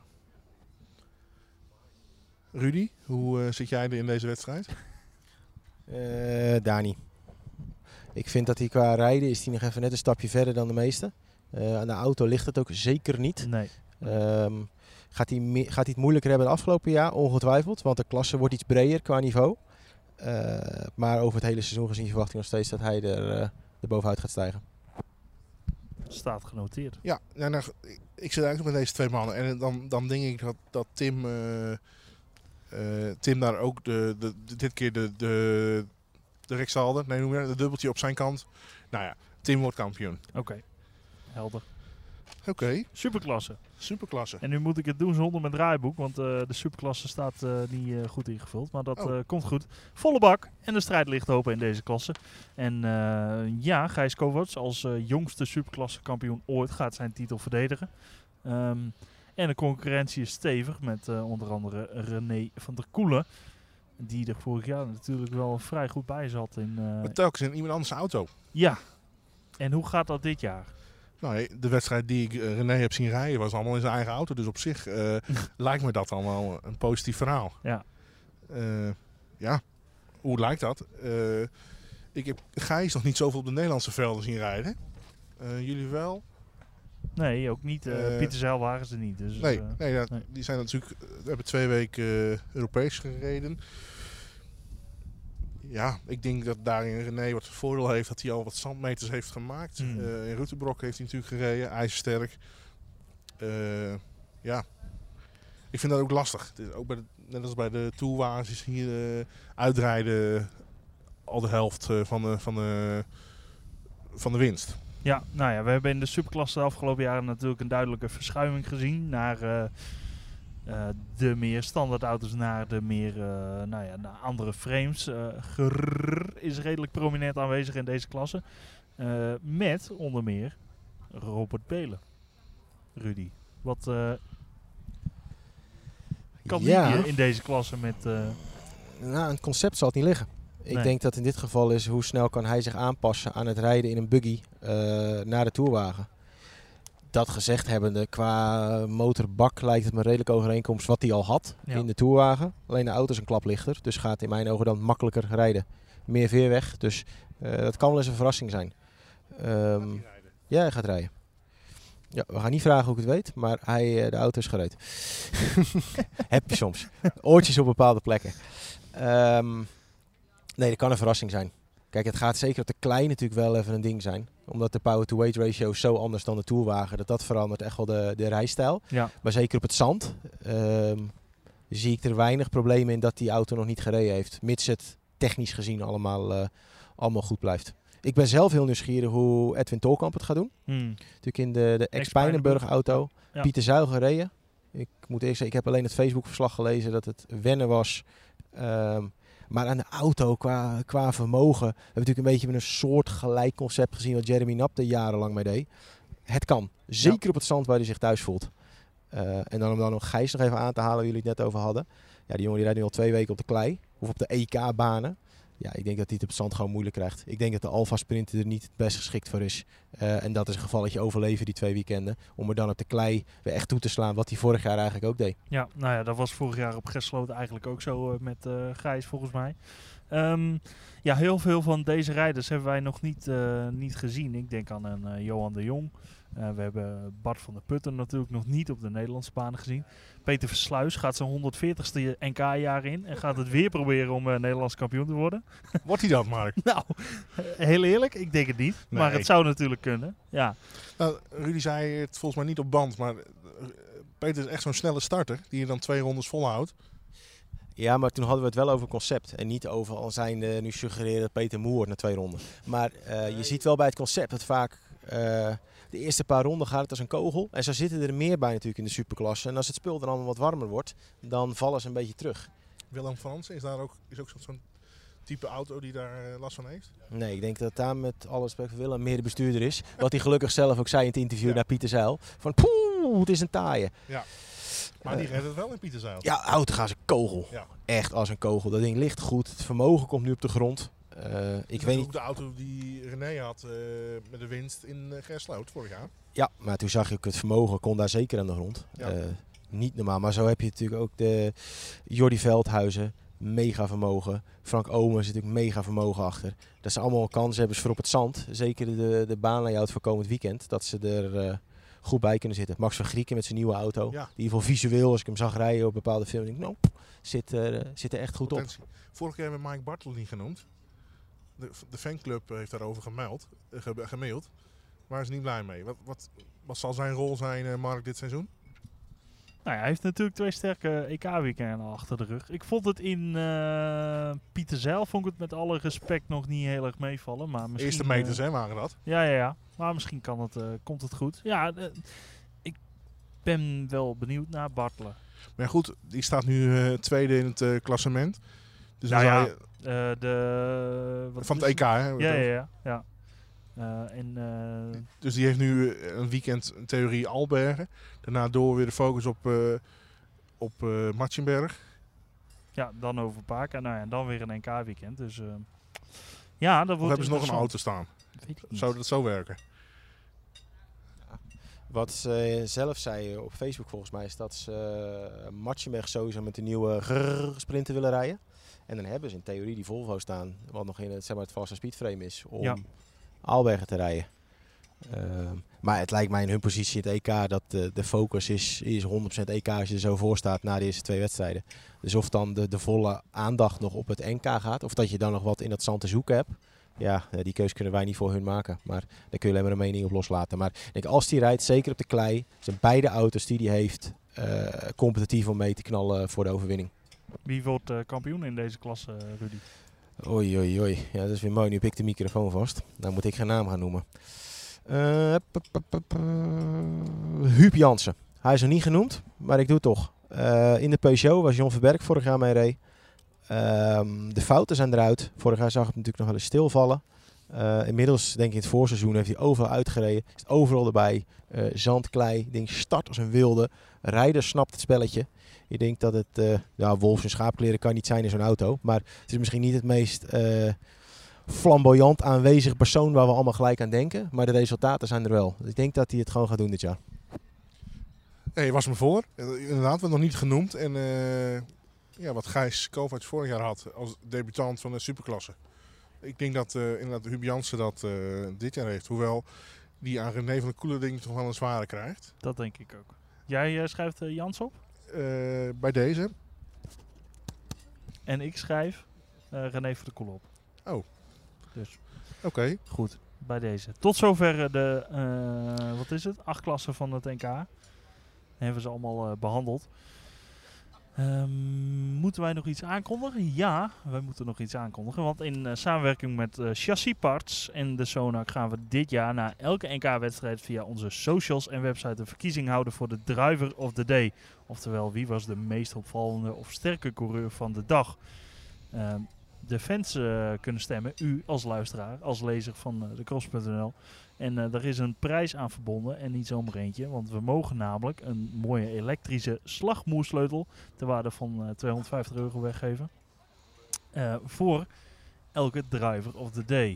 S2: Rudy, hoe uh, zit jij er in deze wedstrijd?
S3: Uh, Dani. Ik vind dat hij qua rijden is hij nog even net een stapje verder dan de meeste. Uh, aan de auto ligt het ook zeker niet.
S1: Nee.
S3: Um, gaat, hij me- gaat hij het moeilijker hebben dan afgelopen jaar? Ongetwijfeld, want de klasse wordt iets breder qua niveau. Uh, maar over het hele seizoen gezien verwacht ik nog steeds dat hij er, uh, er bovenuit gaat stijgen.
S1: Staat genoteerd.
S2: Ja, nou, nou, ik, ik zit eigenlijk met deze twee mannen. En dan, dan denk ik dat, dat Tim, uh, uh, Tim daar ook de, de, de, dit keer de, de, de Rexalde, nee noem je dat, de dubbeltje op zijn kant. Nou ja, Tim wordt kampioen.
S1: Oké, okay. Helder.
S2: Oké. Okay.
S1: Superklasse.
S2: Superklasse.
S1: En nu moet ik het doen zonder mijn draaiboek, want uh, de superklasse staat uh, niet uh, goed ingevuld. Maar dat
S2: oh.
S1: uh, komt goed. Volle bak en de strijd ligt open in deze klasse. En uh, ja, Gijs Kovac als uh, jongste superklasse kampioen ooit gaat zijn titel verdedigen. Um, en de concurrentie is stevig met uh, onder andere René van der Koelen. Die er vorig jaar natuurlijk wel vrij goed bij zat. In, uh,
S2: maar telkens in iemand anders auto.
S1: Ja. En hoe gaat dat dit jaar?
S2: Nou, de wedstrijd die ik uh, René heb zien rijden was allemaal in zijn eigen auto. Dus op zich uh, lijkt me dat allemaal een positief verhaal.
S1: Ja.
S2: Uh, ja, hoe lijkt dat? Uh, ik heb Gijs nog niet zoveel op de Nederlandse velden zien rijden. Uh, jullie wel?
S1: Nee, ook niet. Uh, uh, Pieterzaal waren ze niet. Dus,
S2: nee,
S1: uh,
S2: nee, dat,
S1: nee,
S2: die zijn natuurlijk we hebben twee weken uh, Europees gereden. Ja, ik denk dat daarin René wat voordeel heeft dat hij al wat zandmeters heeft gemaakt. Mm. Uh, in Ruttebrok heeft hij natuurlijk gereden, ijzersterk. Uh, ja, ik vind dat ook lastig. Het is ook bij de, net als bij de tourwagens is hier uh, uitrijden al de helft uh, van, de, van, de, van de winst.
S1: Ja, nou ja, we hebben in de superklasse de afgelopen jaren natuurlijk een duidelijke verschuiving gezien naar uh, uh, de meer standaard auto's, naar de meer uh, nou ja, naar andere frames. Uh, Grrr is redelijk prominent aanwezig in deze klasse. Uh, met onder meer Robert Belen. Rudy, wat uh, kan
S3: ja.
S1: die in deze klasse met... Uh,
S3: nou, een concept zal het niet liggen. Ik
S1: nee.
S3: denk dat in dit geval is hoe snel kan hij zich aanpassen aan het rijden in een buggy uh, naar de tourwagen. Dat gezegd hebbende, qua motorbak lijkt het me redelijk overeenkomst wat hij al had ja. in de tourwagen. Alleen de auto is een klap lichter, dus gaat in mijn ogen dan makkelijker rijden. Meer veerweg, dus uh, dat kan wel eens een verrassing zijn. Um, ja, hij gaat rijden. Ja, we gaan niet vragen hoe ik het weet, maar hij, uh, de auto is gereed. Heb je soms. Oortjes op bepaalde plekken. Um, Nee, dat kan een verrassing zijn. Kijk, het gaat zeker op de klei natuurlijk wel even een ding zijn. Omdat de power-to-weight ratio zo anders dan de tourwagen. Dat dat verandert echt wel de, de rijstijl.
S1: Ja.
S3: Maar zeker op het zand um, zie ik er weinig problemen in dat die auto nog niet gereden heeft. Mits het technisch gezien allemaal, uh, allemaal goed blijft. Ik ben zelf heel nieuwsgierig hoe Edwin Tolkamp het gaat doen.
S1: Hmm.
S3: Natuurlijk in de, de ex-Pijnenburg auto.
S1: Ja.
S3: Pieter Zuil gereden. Ik moet eerst zeggen, ik heb alleen het Facebook-verslag gelezen dat het wennen was. Um, maar aan de auto qua, qua vermogen. We hebben natuurlijk een beetje met een soort gelijk concept gezien wat Jeremy Nap er jarenlang mee deed. Het kan. Zeker ja. op het zand waar hij zich thuis voelt. Uh, en dan om dan nog Gijs nog even aan te halen, waar jullie het net over hadden. Ja, die jongen die rijdt nu al twee weken op de klei. Of op de E K-banen. Ja, ik denk dat hij het op het zand gewoon moeilijk krijgt. Ik denk dat de Alfa Sprinter er niet het best geschikt voor is. Uh, en dat is een gevalletje overleven die twee weekenden. Om er dan op de klei weer echt toe te slaan, wat hij vorig jaar eigenlijk ook deed.
S1: Ja, nou ja, dat was vorig jaar op Gesloten eigenlijk ook zo uh, met uh, Gijs volgens mij. Um, ja, heel veel van deze rijders hebben wij nog niet, uh, niet gezien. Ik denk aan een uh, Johan de Jong. Uh, we hebben Bart van der Putten natuurlijk nog niet op de Nederlandse banen gezien. Peter Versluis gaat zijn honderdveertigste N K-jaar in en gaat het weer proberen om uh, Nederlands kampioen te worden.
S2: Wordt hij dat, Mark?
S1: Nou, heel eerlijk, ik denk het niet. Nee. Maar het zou natuurlijk kunnen. Ja.
S2: Nou, Rudy zei het volgens mij niet op band, maar Peter is echt zo'n snelle starter die je dan twee rondes volhoudt.
S3: Ja, maar toen hadden we het wel over concept. En niet over al zijn uh, nu suggereren dat Peter moe wordt na twee ronden. Maar uh, je ziet wel bij het concept dat vaak uh, de eerste paar ronden gaat het als een kogel. En zo zitten er meer bij natuurlijk in de superklasse. En als het spul dan allemaal wat warmer wordt, dan vallen ze een beetje terug.
S2: Willem Fransen, is daar ook, is ook zo'n type auto die daar uh, last van heeft?
S3: Nee, ik denk dat daar met alle respect voor Willem meer de bestuurder is. Wat hij gelukkig zelf ook zei in het interview ja. naar Pieter Zeil. Van poeh, het is een taaie.
S2: Ja. Maar die redt het wel in Pieter Zeil.
S3: Ja, auto gaat als een kogel. Ja. Echt als een kogel. Dat ding ligt goed. Het vermogen komt nu op de grond. Uh, ik
S2: dat
S3: weet
S2: is ook de auto die René had uh, met de winst in uh, Gersloot vorig jaar.
S3: Ja, maar toen zag je ook het vermogen kon daar zeker aan de grond. Ja. Uh, niet normaal. Maar zo heb je natuurlijk ook de Jordi Veldhuizen. Mega vermogen. Frank Omen zit natuurlijk mega vermogen achter. Dat zijn allemaal kanshebbers voor op het zand. Zeker de, de baanlayout voor komend weekend. Dat ze er uh, goed bij kunnen zitten. Max van Grieken met zijn nieuwe auto. Ja. In ieder geval visueel, als ik hem zag rijden op bepaalde films. Denk ik, nou, zit, uh, zit er echt goed Potentie. op.
S2: Vorige keer hebben we Mike Bartel niet genoemd. De, de fanclub heeft daarover gemaild, uh, ge, gemaild. Waar is niet blij mee. Wat, wat, wat zal zijn rol zijn, uh, Mark, dit seizoen?
S1: Nou, hij heeft natuurlijk twee sterke E K-weekenden al achter de rug. Ik vond het in uh, Pieter Zeil, vond ik het met alle respect nog niet heel erg meevallen. Maar misschien,
S2: eerste meters,
S1: uh,
S2: hè, waren dat?
S1: Ja, ja, ja. Maar misschien kan het, uh, komt het goed. Ja, uh, ik ben wel benieuwd naar Bartelen.
S2: Maar goed, die staat nu uh, tweede in het uh, klassement. Dus
S1: nou ja,
S2: je,
S1: uh, de, wat
S2: van het E K, hè?
S1: Ja, ja, ja. ja. Uh, en, uh,
S2: dus die heeft nu een weekend in theorie Albergen. Daarna door weer de focus op, uh, op uh, Matchenberg.
S1: Ja, dan over Paken. Nou ja, en dan weer een N K-weekend. Dus uh, ja, dat wordt.
S2: Of hebben ze nog een auto staan? Zou dat zo werken?
S3: Ja. Wat ze zelf zei op Facebook volgens mij is dat ze uh, Matchenberg sowieso met de nieuwe grrr sprinter willen rijden. En dan hebben ze in theorie die Volvo staan, wat nog in het, zeg maar, het vaste speedframe is, om ja. Aalbergen te rijden. Uh, maar het lijkt mij in hun positie in het E K dat de, de focus is, is honderd procent E K als je er zo voor staat na de eerste twee wedstrijden. Dus of dan de, de volle aandacht nog op het N K gaat, of dat je dan nog wat in dat zand te zoeken hebt. Ja, die keus kunnen wij niet voor hun maken. Maar daar kun je alleen maar een mening op loslaten. Maar ik denk, als die rijdt, zeker op de klei, zijn beide auto's die hij heeft uh, competitief om mee te knallen voor de overwinning.
S1: Wie wordt uh, kampioen in deze klasse, uh, Rudy?
S3: Oei, oei, oei. Ja, dat is weer mooi. Nu heb ik de microfoon vast. Dan moet ik geen naam gaan noemen. Uh, Huub Jansen. Hij is nog niet genoemd, maar ik doe het toch. Uh, in de Peugeot was Jon Verberg vorig jaar mee reed. Um, de fouten zijn eruit. Vorig jaar zag het natuurlijk nog wel eens stilvallen. Uh, inmiddels, denk ik in het voorseizoen, heeft hij overal uitgereden. Is overal erbij. Uh, zand, klei. Ik denk, start als een wilde. Rijder snapt het spelletje. Ik denk dat het, uh, ja, wolfs en schaapkleren kan niet zijn in zo'n auto. Maar het is misschien niet het meest uh, flamboyant aanwezig persoon waar we allemaal gelijk aan denken. Maar de resultaten zijn er wel. Dus ik denk dat hij het gewoon gaat doen dit jaar.
S2: Nee, je was me voor. Inderdaad, we nog niet genoemd. En uh, ja, wat Gijs Kovacs vorig jaar had als debutant van de superklasse. Ik denk dat uh, inderdaad Huub Jansen dat uh, dit jaar heeft. Hoewel die aan René van der Koelerding toch wel een zware krijgt.
S1: Dat denk ik ook. Jij uh, schrijft uh, Jans op?
S2: Uh, bij deze.
S1: En ik schrijf uh, René van der Koel op.
S2: Oh.
S1: Dus
S2: Oké. Okay.
S1: goed, bij deze. Tot zover de, uh, wat is het, acht klassen van het N K. Hebben ze allemaal uh, behandeld. Um, moeten wij nog iets aankondigen? Ja, wij moeten nog iets aankondigen. Want in uh, samenwerking met uh, Chassis Parts en de Sonac gaan we dit jaar na elke N K-wedstrijd via onze socials en website een verkiezing houden voor de Driver of the Day. Oftewel, wie was de meest opvallende of sterke coureur van de dag? Uh, de fans uh, kunnen stemmen, u als luisteraar, als lezer van uh, de cross punt n l. En uh, er is een prijs aan verbonden en niet zomaar eentje. Want we mogen namelijk een mooie elektrische slagmoersleutel ter waarde van uh, tweehonderdvijftig euro weggeven. Uh, voor elke Driver of the Day.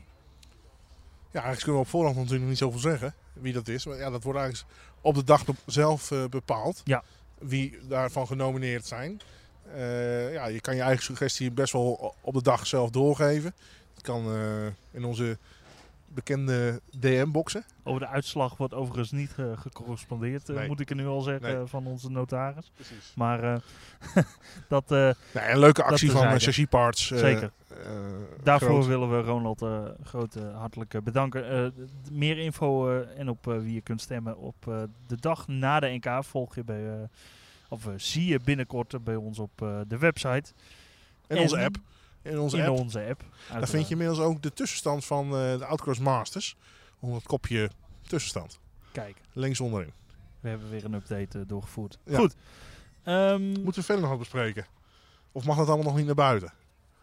S2: Ja, eigenlijk kunnen we op voorhand natuurlijk nog niet zoveel zeggen wie dat is. Maar ja, dat wordt eigenlijk op de dag zelf uh, bepaald.
S1: Ja.
S2: Wie daarvan genomineerd zijn. Uh, ja, je kan je eigen suggestie best wel op de dag zelf doorgeven. Het kan uh, in onze bekende D M-boxen.
S1: Over de uitslag wordt overigens niet uh, gecorrespondeerd, uh, nee. moet ik er nu al zeggen, nee. uh, van onze notaris.
S2: Precies.
S1: Maar uh, dat... Uh,
S2: nee, een leuke actie van uh, Chassis Parts. Uh,
S1: Zeker.
S2: Uh,
S1: Daarvoor
S2: groot.
S1: willen we Ronald uh, groot uh, hartelijk bedanken. Uh, meer info uh, en op uh, wie je kunt stemmen op uh, de dag na de N K volg je bij... Uh, of uh, zie je binnenkort bij ons op uh, de website.
S2: En, en onze app. In onze
S1: in
S2: app.
S1: Onze app
S2: Daar vind je inmiddels ook de tussenstand van uh, de Outcross Masters. Onder het kopje tussenstand.
S1: Kijk.
S2: Links onderin.
S1: We hebben weer een update uh, doorgevoerd.
S2: Ja.
S1: Goed. Um,
S2: Moeten we verder nog wat bespreken? Of mag dat allemaal nog niet naar buiten?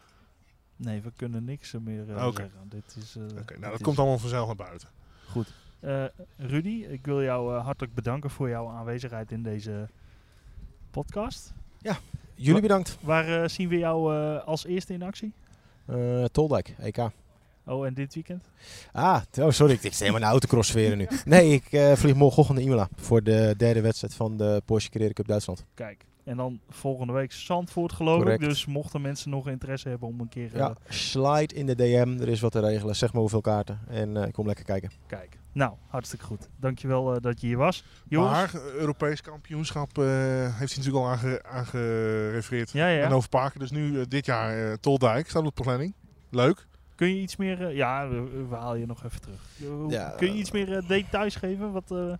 S1: Nee, we kunnen niks meer uh,
S2: okay.
S1: zeggen. Dit is, uh,
S2: Oké, okay, nou
S1: dit
S2: dat
S1: is...
S2: komt allemaal vanzelf naar buiten.
S1: Goed. Uh, Rudy, ik wil jou uh, hartelijk bedanken voor jouw aanwezigheid in deze podcast.
S3: Ja, jullie bedankt.
S1: Waar uh, zien we jou uh, als eerste in actie?
S3: Uh, Toldijk, E K.
S1: Oh, en dit weekend?
S3: Ah, oh, sorry, ik zit helemaal in de autocross-sferen nu. Nee, ik uh, vlieg morgenochtend naar Imola voor de derde wedstrijd van de Porsche Carrera Cup Duitsland.
S1: Kijk, en dan volgende week Zandvoort geloof
S3: Correct.
S1: ik. Dus mochten mensen nog interesse hebben om een keer... Uh,
S3: ja, slide in de D M, er is wat te regelen. Zeg maar hoeveel kaarten en uh, ik kom lekker kijken.
S1: Kijk, nou, hartstikke goed. Dankjewel uh, dat je hier was. Joris?
S2: Maar Europees kampioenschap uh, heeft hij natuurlijk al aange, aangerefereerd.
S1: Ja, ja.
S2: En over Paken, dus nu uh, dit jaar uh, Toldijk, staat op de planning. Leuk.
S1: Kun je iets meer... Uh, ja, we, we halen je nog even terug. Uh, ja, kun je iets meer uh, details geven? Wat uh,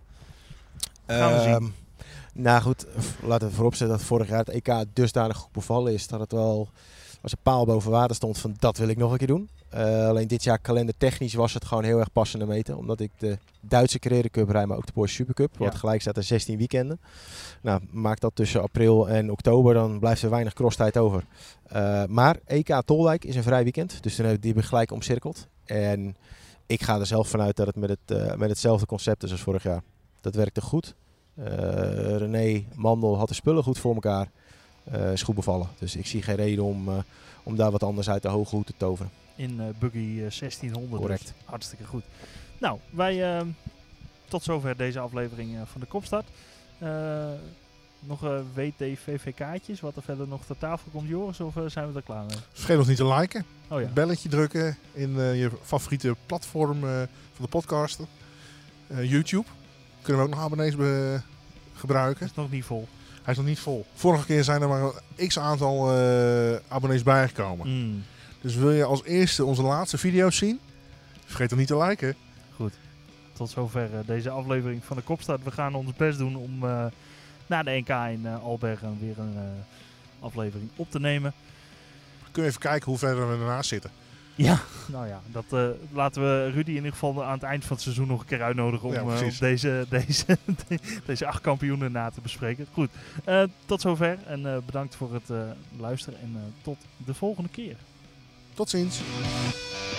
S1: gaan we zien?
S3: Um, nou goed, laten we vooropzetten dat vorig jaar het E K dusdanig goed bevallen is. Dat het wel als een paal boven water stond van dat wil ik nog een keer doen. Uh, alleen dit jaar kalendertechnisch was het gewoon heel erg passende meten. Omdat ik de Duitse Carrera Cup rijd, maar ook de Porsche Supercup. Wat ja. gelijk staat aan zestien weekenden. Nou, maak dat tussen april en oktober, dan blijft er weinig crosstijd over. Uh, maar E K Toldijk is een vrij weekend. Dus dan heb ik die gelijk omcirkeld. En ik ga er zelf vanuit dat het met, het, uh, met hetzelfde concept is als vorig jaar. Dat werkte goed. Uh, René Mandel had de spullen goed voor elkaar. Uh, is goed bevallen. Dus ik zie geen reden om, uh, om daar wat anders uit de hoge hoed te toveren.
S1: In uh, Buggy uh, zestienhonderd.
S3: Correct.
S1: Dus hartstikke goed. Nou, wij uh, tot zover deze aflevering uh, van de Kopstart. Uh, nog uh, W T V V kaartjes, wat er verder nog ter tafel komt, Joris, of uh, zijn we er klaar mee?
S2: Vergeet ons niet te liken.
S1: Oh, ja.
S2: Belletje drukken in uh, je favoriete platform uh, van de podcasten. Uh, YouTube. Kunnen we ook nog abonnees be- gebruiken.
S1: Dat is nog niet vol.
S2: Hij is nog niet vol. Vorige keer zijn er maar een x-aantal uh, abonnees bijgekomen.
S1: Mm.
S2: Dus wil je als eerste onze laatste video's zien? Vergeet dan niet te liken.
S1: Goed. Tot zover uh, deze aflevering van de Kopstart. We gaan ons best doen om uh, na de N K in uh, Albergen weer een uh, aflevering op te nemen.
S2: Kun je even kijken hoe ver we ernaast zitten.
S1: Ja, nou ja, dat uh, laten we Rudy in ieder geval aan het eind van het seizoen nog een keer uitnodigen om ja, uh, op deze, deze, deze acht kampioenen na te bespreken. Goed, uh, tot zover en uh, bedankt voor het uh, luisteren en uh, tot de volgende keer.
S2: Tot ziens.